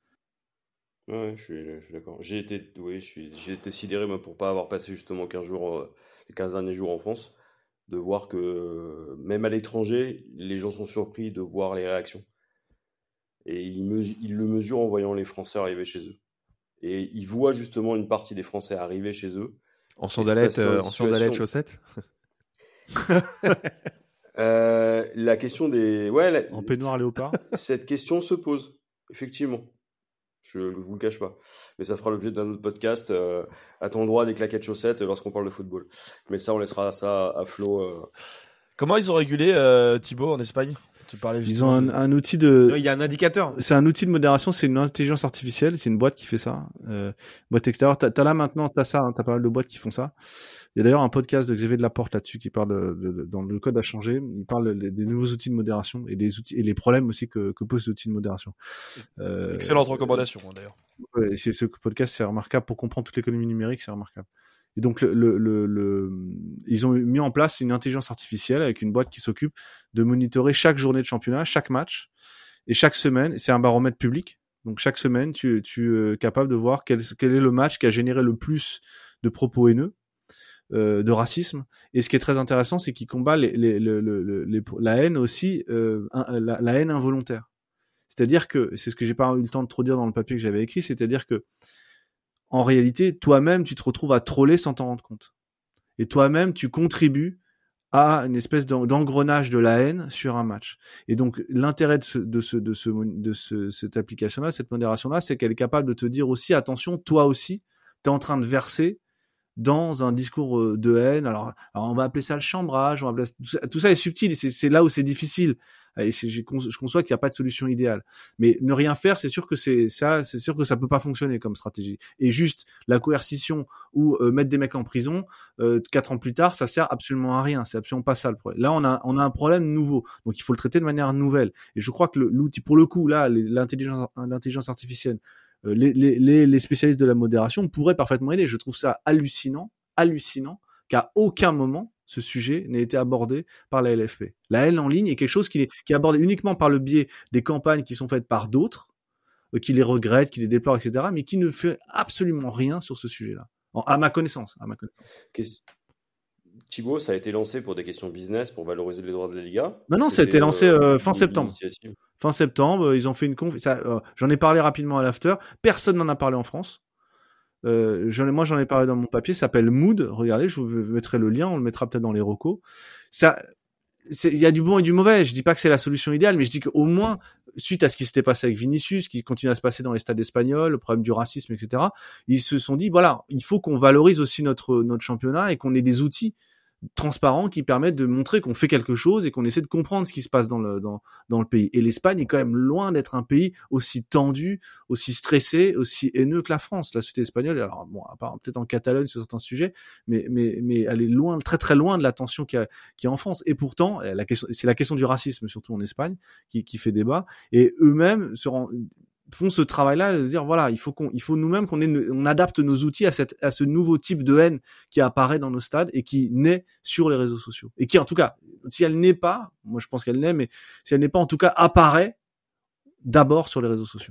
Ouais, je suis, je suis d'accord. J'ai été, oui, je suis, j'ai été sidéré moi, pour pas avoir passé justement quinze jours, euh, les quinze derniers jours en France, de voir que euh, même à l'étranger, les gens sont surpris de voir les réactions. Et il, mesu- il le mesure en voyant les Français arriver chez eux. Et il voit justement une partie des Français arriver chez eux. En Et se sandalettes, placer dans euh, une en sandalettes, situation. chaussettes, Euh, la question des. Ouais, la- en peignoir léopard. cette question se pose, effectivement. Je ne vous le cache pas. Mais ça fera l'objet d'un autre podcast. Euh, a-t-on le droit à des claquettes chaussettes lorsqu'on parle de football? Mais ça, on laissera ça à Flo. euh. Comment ils ont régulé euh, Thibaut en Espagne? Tu parlais Ils ont justement un, de- un outil de. Il y a un indicateur. C'est un outil de modération, c'est une intelligence artificielle, c'est une boîte qui fait ça. Euh, boîte extérieure. T'as, t'as là maintenant, t'as ça, hein, t'as pas mal de boîtes qui font ça. Il y a d'ailleurs un podcast de Xavier Delaporte là-dessus qui parle de, de- de- dans le code à changer. Il parle des, des nouveaux outils de modération et des outils et les problèmes aussi que, que posent ces outils de modération. Euh, Excellente recommandation hein, d'ailleurs. Ouais, c'est, ce podcast, c'est remarquable pour comprendre toute l'économie numérique, c'est remarquable. Et donc, le, le, le, le, ils ont mis en place une intelligence artificielle avec une boîte qui s'occupe de monitorer chaque journée de championnat, chaque match, et chaque semaine. C'est un baromètre public. Donc, chaque semaine, tu, tu es capable de voir quel, quel est le match qui a généré le plus de propos haineux, euh, de racisme. Et ce qui est très intéressant, c'est qu'il combat les, les, les, les, les, la haine aussi, euh, la, la haine involontaire. C'est-à-dire que, c'est ce que j'ai pas eu le temps de trop dire dans le papier que j'avais écrit, c'est-à-dire que en réalité, toi-même, tu te retrouves à troller sans t'en rendre compte. Et toi-même, tu contribues à une espèce d'engrenage de la haine sur un match. Et donc, l'intérêt de, ce, de, ce, de, ce, de ce, cette application-là, cette modération-là, c'est qu'elle est capable de te dire aussi, attention, toi aussi, tu es en train de verser dans un discours de haine. Alors, alors on va appeler ça le chambrage, on va appeler ça, tout, ça, tout ça est subtil, et c'est, c'est là où c'est difficile. Et c'est, je conçois qu'il n'y a pas de solution idéale. Mais ne rien faire, c'est sûr que c'est ça, c'est sûr que ça peut pas fonctionner comme stratégie. Et juste la coercition ou euh, mettre des mecs en prison, euh, quatre ans plus tard, ça sert absolument à rien. C'est absolument pas ça le problème. Là, on a, on a un problème nouveau. Donc, il faut le traiter de manière nouvelle. Et je crois que le, l'outil, pour le coup, là, l'intelligence, l'intelligence artificielle, euh, les, les, les spécialistes de la modération pourraient parfaitement aider. Je trouve ça hallucinant, hallucinant, qu'à aucun moment, ce sujet n'a été abordé par la L F P. La haine en ligne est quelque chose qui est, qui est abordé uniquement par le biais des campagnes qui sont faites par d'autres, euh, qui les regrettent, qui les déplorent, et cetera, mais qui ne fait absolument rien sur ce sujet-là. En, à ma connaissance. À ma connaissance. Qu'est-ce- Thibaut, ça a été lancé pour des questions business, pour valoriser les droits de la Liga. Non, non, ça a été lancé euh, fin septembre. Initiative. Fin septembre, ils ont fait une conf. Ça, euh, j'en ai parlé rapidement à l'after. Personne n'en a parlé en France. Euh, j'en ai, moi, j'en ai parlé dans mon papier. Ça s'appelle Mood. Regardez, je vous mettrai le lien. On le mettra peut-être dans les recos. Ça, il y a du bon et du mauvais. Je dis pas que c'est la solution idéale, mais je dis qu'au moins, suite à ce qui s'était passé avec Vinicius, ce qui continue à se passer dans les stades espagnols, le problème du racisme, et cetera, ils se sont dit, voilà, il faut qu'on valorise aussi notre notre championnat et qu'on ait des outils transparents qui permettent de montrer qu'on fait quelque chose et qu'on essaie de comprendre ce qui se passe dans le dans dans le pays. Et l'Espagne est quand même loin d'être un pays aussi tendu, aussi stressé, aussi haineux que la France. La société espagnole, alors bon, à part peut-être en Catalogne sur certains sujets, mais mais mais elle est loin, très très loin de la tension qu'il y a qu'il y a en France. Et pourtant, la question, c'est la question du racisme surtout en Espagne qui qui fait débat. Et eux-mêmes se rendent font ce travail-là de dire voilà, il faut qu'on, il faut nous-mêmes qu'on ait, on adapte nos outils à cette, à ce nouveau type de haine qui apparaît dans nos stades et qui naît sur les réseaux sociaux et qui, en tout cas, si elle n'est pas, moi je pense qu'elle naît, mais si elle n'est pas, en tout cas, apparaît d'abord sur les réseaux sociaux.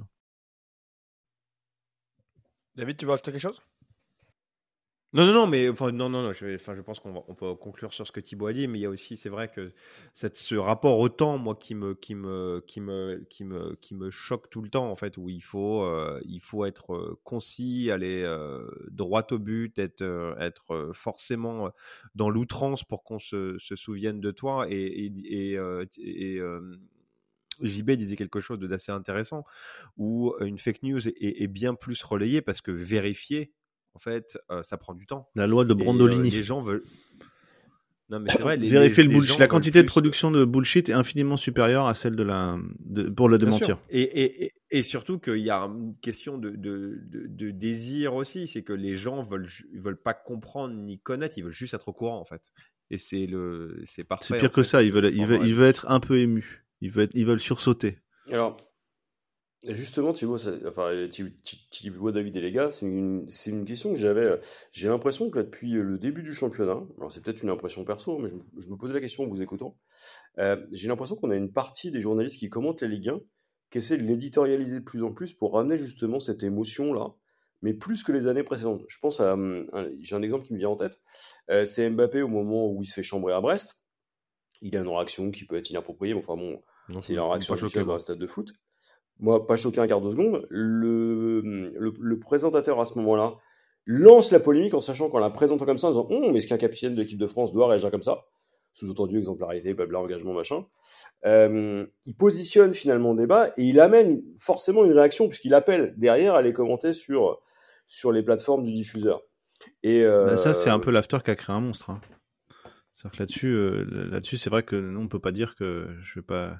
David, tu veux ajouter quelque chose? Non, non, non, mais enfin, non, non, non, je, vais, enfin, je pense qu'on va, on peut conclure sur ce que Thibaut a dit, mais il y a aussi, c'est vrai que cette, ce rapport au temps, moi, qui me, qui me, qui me, qui me, qui me choque tout le temps, en fait, où il faut, euh, il faut être euh, concis, aller euh, droit au but, être, euh, être euh, forcément dans l'outrance pour qu'on se, se souvienne de toi, et, et, et, euh, et euh, J B disait quelque chose d'assez intéressant, où une fake news est, est bien plus relayée parce que vérifier, en fait, euh, ça prend du temps. La loi de Brandolini. Et, euh, les gens veulent. Non, mais c'est vrai. Les, Vérifier les, le bullshit. La quantité de production de... de bullshit est infiniment supérieure à celle de la de, pour le démentir. Et, et, et, et surtout qu'il y a une question de, de, de, de désir aussi, c'est que les gens veulent veulent pas comprendre ni connaître, ils veulent juste être au courant en fait. Et c'est le c'est parfait. C'est pire que fait. ça. Ils veulent ils veulent, ils veulent être un peu émus. Ils veulent ils veulent sursauter. Alors. Justement, Thibaut, ça, enfin, Thibaut, David et les gars, c'est une, c'est une question que j'avais. J'ai l'impression que là, depuis le début du championnat, alors c'est peut-être une impression perso, mais je, je me posais la question en vous écoutant. Euh, j'ai l'impression qu'on a une partie des journalistes qui commentent la Ligue un qui essaient de l'éditorialiser de plus en plus pour ramener justement cette émotion-là, mais plus que les années précédentes. Je pense à. Un, j'ai un exemple qui me vient en tête. Euh, c'est Mbappé au moment où il se fait chambrer à Brest. Il a une réaction qui peut être inappropriée, mais enfin bon, non, c'est une réaction habituelle dans un stade de foot. moi, pas choqué un quart de seconde. Le, le, le présentateur à ce moment-là lance la polémique en sachant qu'en la présentant comme ça, en disant hum, est-ce qu'un capitaine de l'équipe de France doit réagir comme ça? Sous-entendu, exemplarité, blabla, engagement, machin. Euh, il positionne finalement le débat et il amène forcément une réaction puisqu'il appelle derrière à les commenter sur, sur les plateformes du diffuseur. Et euh... bah ça, c'est un peu l'after qui a créé un monstre. Hein. C'est-à-dire que là-dessus, euh, là-dessus, c'est vrai que nous, on peut pas dire que je vais pas.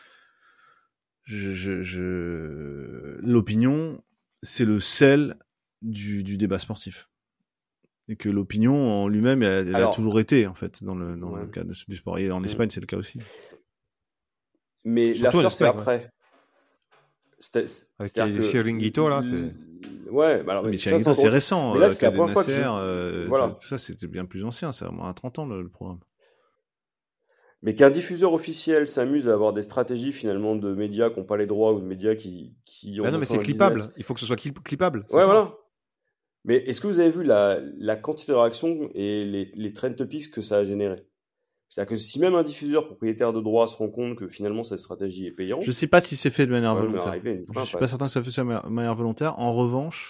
Je, je, je... L'opinion, c'est le sel du, du débat sportif. Et que l'opinion en lui-même, elle, elle Alors, a toujours été, en fait, dans le, dans ouais. le cas de, du sport. Et en Espagne, c'est le cas aussi. Mais l'after, c'est après. Ouais. C'était, Avec les Chiringuito, là, c'est... Ouais, bah alors, mais Chiringuito, c'est récent. Mais là, c'est la première fois que je... euh, voilà. Tout ça, c'était bien plus ancien. Ça a moins à trente ans, le, le programme. Mais qu'un diffuseur officiel s'amuse à avoir des stratégies, finalement, de médias qui n'ont pas les droits ou de médias qui, qui ont... Bah non, mais c'est clippable. Business. Il faut que ce soit clippable. Ouais, ça. Voilà. Mais est-ce que vous avez vu la, la quantité de réactions et les, les trend topics que ça a généré? C'est-à-dire que si même un diffuseur propriétaire de droits se rend compte que finalement cette stratégie est payante... Je ne sais pas si c'est fait de manière ouais, volontaire. Arrivé, je ne suis pas certain que ça fait de manière volontaire. En revanche,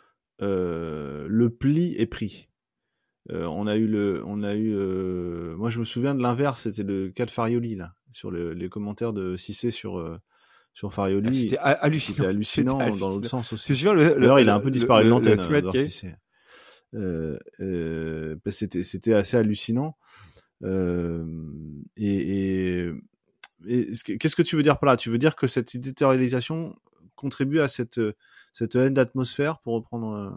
euh, le pli est pris. Euh, on a eu le... On a eu, euh, moi, je me souviens de l'inverse. C'était le cas de Farioli, là, sur le, les commentaires de Cissé sur... Euh, sur Farioli, c'était hallucinant, c'était hallucinant, c'était hallucinant dans l'autre sens aussi. Je le, D'ailleurs, il a un peu disparu de l'antenne. Le, le Cissé. Euh, euh, c'était, c'était assez hallucinant. Euh, et, et, et qu'est-ce que tu veux dire par là? Tu veux dire que cette éditorialisation contribue à cette, cette haine d'atmosphère, pour reprendre... Euh...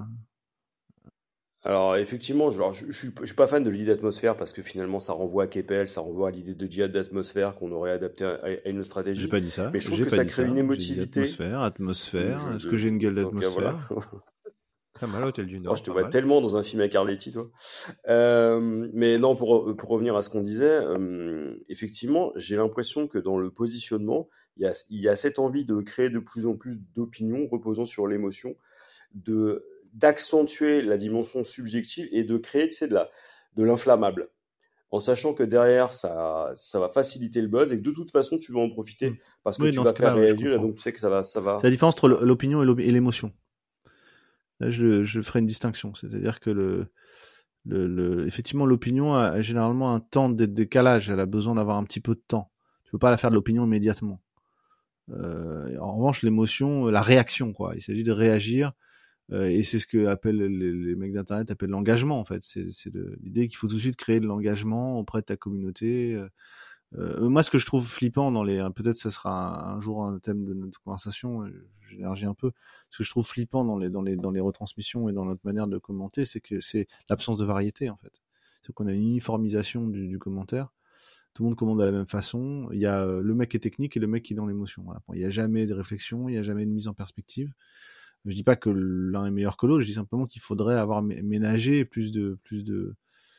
Alors effectivement, je, alors, je, je, suis, je suis pas fan de l'idée d'atmosphère parce que finalement ça renvoie à K P L, ça renvoie à l'idée de djihad d'atmosphère qu'on aurait adapté à, à une stratégie. J'ai pas dit ça. Mais je trouve j'ai que pas ça dit crée ça. une émotivité. Atmosphère, atmosphère. Est-ce que j'ai une gueule d'atmosphère? Donc, voilà. Pas mal, Hôtel du Nord. Oh, je te vois mal. Tellement dans un film avec Arletty, toi. Euh, mais non, pour, pour revenir à ce qu'on disait, euh, effectivement, j'ai l'impression que dans le positionnement, il y a, il y a cette envie de créer de plus en plus d'opinions reposant sur l'émotion, de d'accentuer la dimension subjective et de créer, tu sais, de la, de l'inflammable, en sachant que derrière, ça, ça va faciliter le buzz et que de toute façon, tu vas en profiter parce que oui, tu vas faire réagir et donc tu sais que ça va... Ça va... C'est la différence entre l'opinion et l'émotion. Là, je, je ferai une distinction. C'est-à-dire que le, le, le, effectivement, l'opinion a, a généralement un temps de décalage. Elle a besoin d'avoir un petit peu de temps. Tu peux pas la faire de l'opinion immédiatement. Euh, en revanche, l'émotion, la réaction, quoi. Il s'agit de réagir. Euh, et c'est ce que appellent les, les mecs d'internet appellent l'engagement, en fait. C'est, c'est de, l'idée qu'il faut tout de suite créer de l'engagement auprès de ta communauté. Euh, euh, moi, ce que je trouve flippant dans les, peut-être ça sera un, un jour un thème de notre conversation. J'élargis un peu. Ce que je trouve flippant dans les, dans les, dans les retransmissions et dans notre manière de commenter, c'est que c'est l'absence de variété, en fait. C'est qu'on a une uniformisation du, du commentaire. Tout le monde commande de la même façon. Il y a le mec qui est technique et le mec qui est dans l'émotion. Voilà. Bon, il n'y a jamais de réflexion, il n'y a jamais de mise en perspective. Je dis pas que l'un est meilleur que l'autre, je dis simplement qu'il faudrait avoir ménagé plus de plus de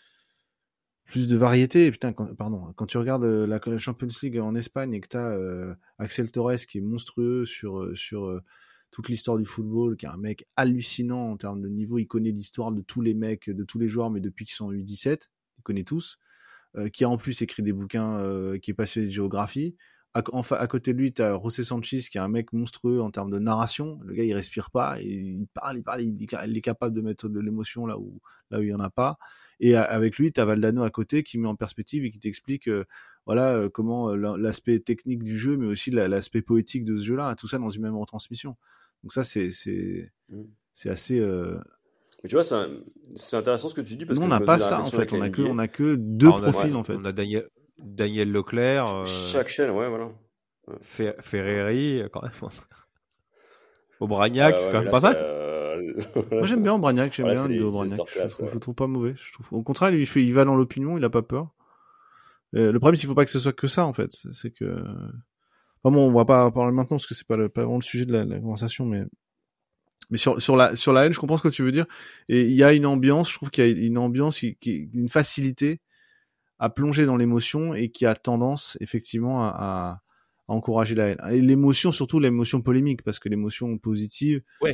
plus de variété. Putain, quand, pardon, quand tu regardes la, la Champions League en Espagne et que t'as euh, Axel Torres qui est monstrueux sur sur euh, toute l'histoire du football, qui est un mec hallucinant en termes de niveau, il connaît l'histoire de tous les mecs, de tous les joueurs, mais depuis qu'ils sont U dix-sept, il connaît tous, euh, qui a en plus écrit des bouquins, euh, qui est passionné de géographie. À, enfin, à côté de lui, t'as José Sanchez qui est un mec monstrueux en termes de narration. Le gars, il respire pas, et il parle, il parle, il, il est capable de mettre de l'émotion là où là où il y en a pas. Et à, avec lui, t'as Valdano à côté qui met en perspective et qui t'explique, euh, voilà, euh, comment euh, l'aspect technique du jeu, mais aussi la, l'aspect poétique de ce jeu-là, tout ça dans une même retransmission. Donc ça, c'est c'est mmh. c'est assez. Euh... Mais tu vois, c'est, un, c'est intéressant ce que tu dis parce nous, que on n'a pas ça en fait. On a que on a que deux ah, profils a, ouais, en fait. On a Daniel. Daniel Leclerc. Euh, Chaque chaîne, ouais, voilà. Ouais. Ferreri, quand même. Aubragnac, euh, ouais, c'est quand même pas mal. Euh... Moi, j'aime bien Aubragnac, j'aime voilà, bien le Aubragnac. Je, je, je le trouve pas mauvais. Je trouve... Au contraire, il, fait, il va dans l'opinion, il a pas peur. Euh, le problème, c'est qu'il faut pas que ce soit que ça, en fait. C'est que. Enfin bon, on va pas en parler maintenant parce que c'est pas, le, pas vraiment le sujet de la, la conversation, mais. Mais sur, sur la, sur la haine, je comprends ce que tu veux dire. Et il y a une ambiance, je trouve qu'il y a une ambiance, qui, qui, une facilité à plonger dans l'émotion et qui a tendance effectivement à, à, à encourager la haine. Et l'émotion, surtout l'émotion polémique, parce que l'émotion positive, ouais.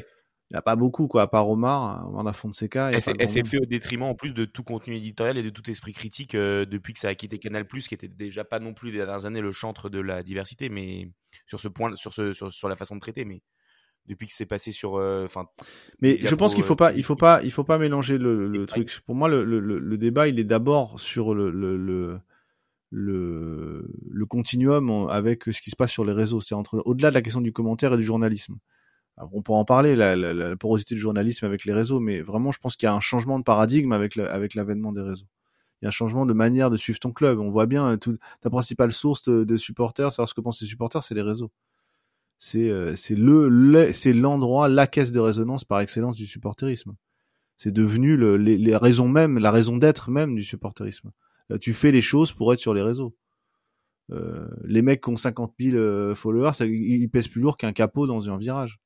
Il n'y a pas beaucoup, quoi, à part Omar, Omar da Fonseca. Elle, elle s'est fait au détriment en plus de tout contenu éditorial et de tout esprit critique euh, depuis que ça a quitté Canal+, qui était déjà pas non plus des dernières années le chantre de la diversité, mais sur ce point, sur ce, sur, sur la façon de traiter, mais depuis que c'est passé sur, enfin. Euh, mais je pense qu'il faut pas, il faut pas, il faut pas mélanger le, le truc. Pour moi, le, le, le débat, il est d'abord sur le, le, le le, le continuum avec ce qui se passe sur les réseaux. C'est entre, au-delà de la question du commentaire et du journalisme. Alors, on pourra en parler, la, la, la porosité du journalisme avec les réseaux, mais vraiment, je pense qu'il y a un changement de paradigme avec, le, avec l'avènement des réseaux. Il y a un changement de manière de suivre ton club. On voit bien, tout, ta principale source de, de supporters, savoir ce que pensent les supporters, c'est les réseaux. C'est, euh, c'est, le, le, c'est l'endroit, la caisse de résonance par excellence du supporterisme. C'est devenu le, les, les raisons même, la raison d'être même du supporterisme. Tu fais les choses pour être sur les réseaux. Euh, les mecs qui ont cinquante mille euh, followers, ça, ils pèsent plus lourd qu'un capot dans un virage.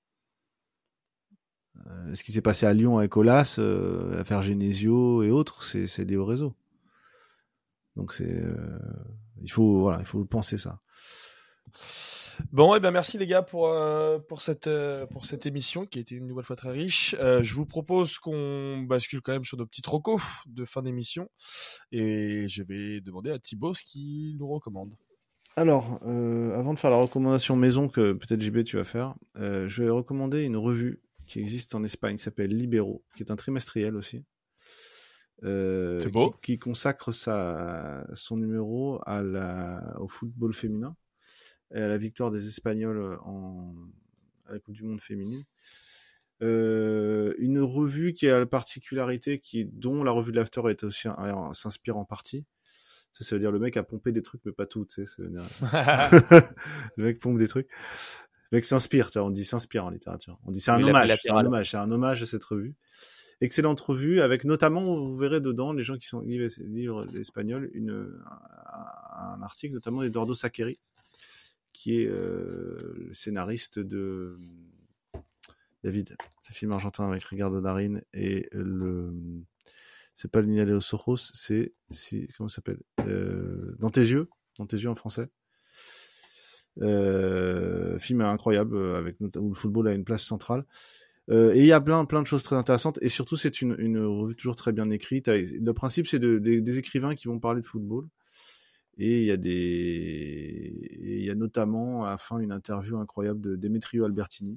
Euh, ce qui s'est passé à Lyon avec Olas, euh, l'affaire Genesio et autres, c'est, c'est lié au réseau. Donc c'est, euh, il faut, voilà, il faut penser ça. Bon, et eh ben merci les gars pour euh, pour cette euh, pour cette émission qui a été une nouvelle fois très riche. Euh, je vous propose qu'on bascule quand même sur nos petits trocos de fin d'émission et je vais demander à Thibaut ce qu'il nous recommande. Alors, euh, avant de faire la recommandation maison que peut-être J B tu vas faire, euh, je vais recommander une revue qui existe en Espagne qui s'appelle Libero, qui est un trimestriel aussi. Euh, C'est beau. Qui, qui consacre sa, son numéro à la, au football féminin et à la victoire des Espagnols en, à la Coupe du Monde féminine. Euh, une revue qui a la particularité qui, dont la revue de l'After est aussi un, un, s'inspire en partie. Ça, ça veut dire le mec a pompé des trucs, mais pas tout. Tu sais, ça veut dire... le mec pompe des trucs. Le mec s'inspire. On dit s'inspire en littérature. On dit c'est un oui, hommage. C'est un hommage. C'est un hommage à cette revue. Excellente revue avec notamment, vous verrez dedans, les gens qui sont livres l'espagnol, une un, un article notamment d'Eduardo Saqueri, qui est euh, le scénariste de David, ce film argentin avec Ricardo Darín et le, c'est pas L'Ignal de los Ojos, c'est, c'est comment ça s'appelle, euh, Dans tes yeux, Dans tes yeux en français. Euh, film incroyable avec où le football a une place centrale. Euh, et il y a plein, plein de choses très intéressantes. Et surtout, c'est une, une revue toujours très bien écrite. Le principe, c'est de, de, des écrivains qui vont parler de football. Et il y a des, et il y a notamment à la fin une interview incroyable de Demetrio Albertini,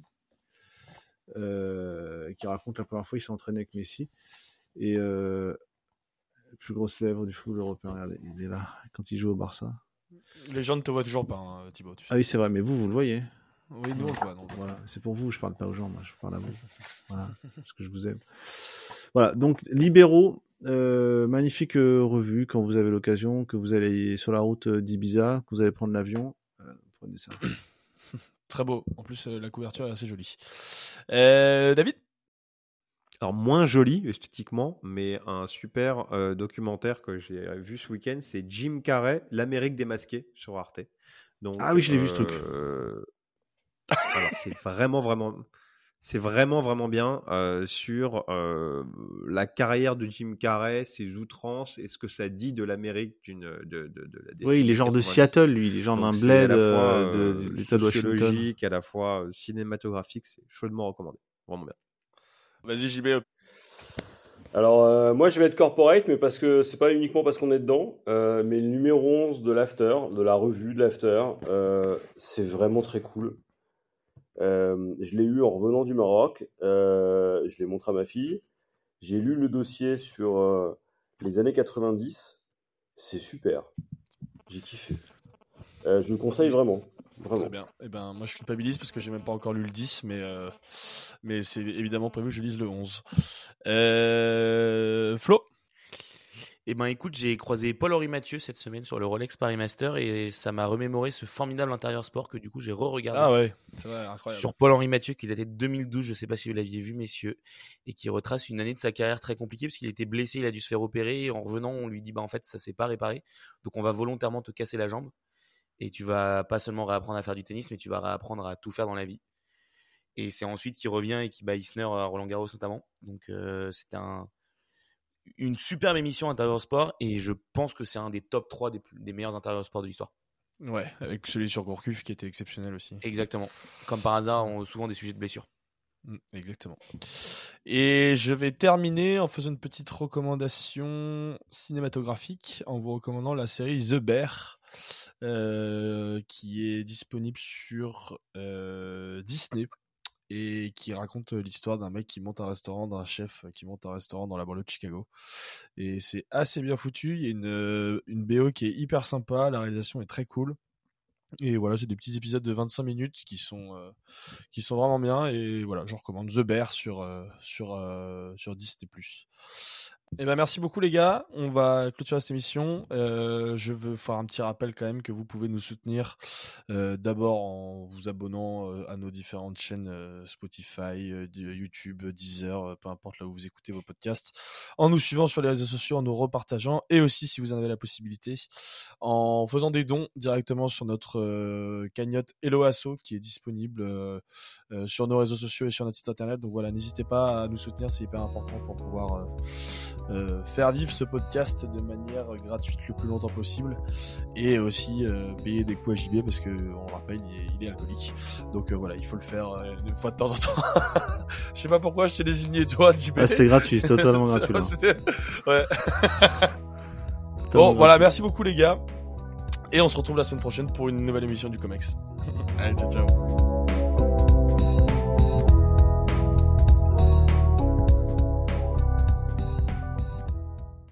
euh, qui raconte la première fois qu'il s'est entraîné avec Messi. Et euh, la plus grosse lèvre du football européen, regardez, il est là quand il joue au Barça. Les gens ne te voient toujours pas, hein, Thibaut. Tu sais. Ah oui, c'est vrai, mais vous, vous le voyez. Oui, nous on le voit. Non, voilà, c'est pour vous, je parle pas aux gens, moi, je parle à vous. Voilà, parce que je vous aime. Voilà, donc Libero, euh, magnifique euh, revue quand vous avez l'occasion, que vous allez sur la route d'Ibiza, que vous allez prendre l'avion, euh, prenez ça. Très beau. En plus, euh, la couverture est assez jolie. Euh, David ? Alors, moins joli esthétiquement, mais un super euh, documentaire que j'ai vu ce week-end, c'est Jim Carrey, l'Amérique démasquée sur Arte. Donc, ah oui, je l'ai euh, vu ce truc. Euh... Alors, c'est vraiment, vraiment, c'est vraiment, vraiment bien euh, sur euh, la carrière de Jim Carrey, ses outrances et ce que ça dit de l'Amérique d'une, de, de, de la décennie. Oui, il est genre de Seattle, lui, il est genre d'un bled euh, de, de l'État de Washington. Sociologique, à la fois cinématographique, c'est chaudement recommandé, vraiment bien. Vas-y, J B. Alors, euh, moi, je vais être corporate, mais parce que c'est pas uniquement parce qu'on est dedans, euh, mais le numéro onze de l'After, de la revue de l'After, euh, c'est vraiment très cool. Euh, je l'ai eu en revenant du Maroc, euh, je l'ai montré à ma fille. J'ai lu le dossier sur euh, les années quatre-vingt-dix, c'est super. J'ai kiffé. Euh, je le conseille vraiment. Vraiment. Très bien. Eh ben, moi, je culpabilise parce que j'ai même pas encore lu le dix, mais, euh, mais c'est évidemment prévu que je lise le onze. Euh... Flo ? Eh ben, écoute, j'ai croisé Paul-Henri Mathieu cette semaine sur le Rolex Paris Master et ça m'a remémoré ce formidable intérieur sport que du coup j'ai re-regardé. Ah ouais, c'est vrai, incroyable. Sur Paul-Henri Mathieu qui datait de deux mille douze, je sais pas si vous l'aviez vu, messieurs, et qui retrace une année de sa carrière très compliquée parce qu'il était blessé, il a dû se faire opérer. Et en revenant, on lui dit bah en fait ça s'est pas réparé, donc on va volontairement te casser la jambe et tu vas pas seulement réapprendre à faire du tennis, mais tu vas réapprendre à tout faire dans la vie. Et c'est ensuite qu'il revient et qu'il bat Isner à Roland Garros notamment. Donc euh, c'était un une superbe émission intérieur sport et je pense que c'est un des top trois des, des meilleurs intérieurs sport de l'histoire. Ouais, avec celui sur Gourcuff qui était exceptionnel aussi. Exactement. Comme par hasard, on a souvent des sujets de blessure. Mmh, exactement. Et je vais terminer en faisant une petite recommandation cinématographique en vous recommandant la série The Bear, euh, qui est disponible sur euh, Disney et qui raconte l'histoire d'un mec qui monte un restaurant, d'un chef qui monte un restaurant dans la banlieue de Chicago. Et c'est assez bien foutu. Il y a une, une B O qui est hyper sympa, la réalisation est très cool. Et voilà, c'est des petits épisodes de vingt-cinq minutes qui sont euh, qui sont vraiment bien, et voilà, je recommande The Bear sur euh, sur euh, sur Disney plus. Et ben merci beaucoup les gars, on va clôturer cette émission. Euh, je veux faire un petit rappel quand même que vous pouvez nous soutenir euh, d'abord en vous abonnant euh, à nos différentes chaînes euh, Spotify, euh, YouTube, Deezer, euh, peu importe là où vous écoutez vos podcasts, en nous suivant sur les réseaux sociaux, en nous repartageant, et aussi si vous en avez la possibilité en faisant des dons directement sur notre euh, cagnotte Hello Asso qui est disponible euh, euh, sur nos réseaux sociaux et sur notre site internet. Donc voilà, n'hésitez pas à nous soutenir, c'est hyper important pour pouvoir euh, euh, faire vivre ce podcast de manière gratuite le plus longtemps possible, et aussi euh, payer des coups à J B parce que on le rappelle, il est, il est alcoolique. Donc euh, voilà, il faut le faire euh, une fois de temps en temps. Je sais pas pourquoi je t'ai désigné toi, J B. Ah, c'était gratuit, c'était totalement gratuit. Là. C'était... Ouais. Bon, voilà, merci beaucoup les gars. Et on se retrouve la semaine prochaine pour une nouvelle émission du Comex. Allez, ciao, ciao.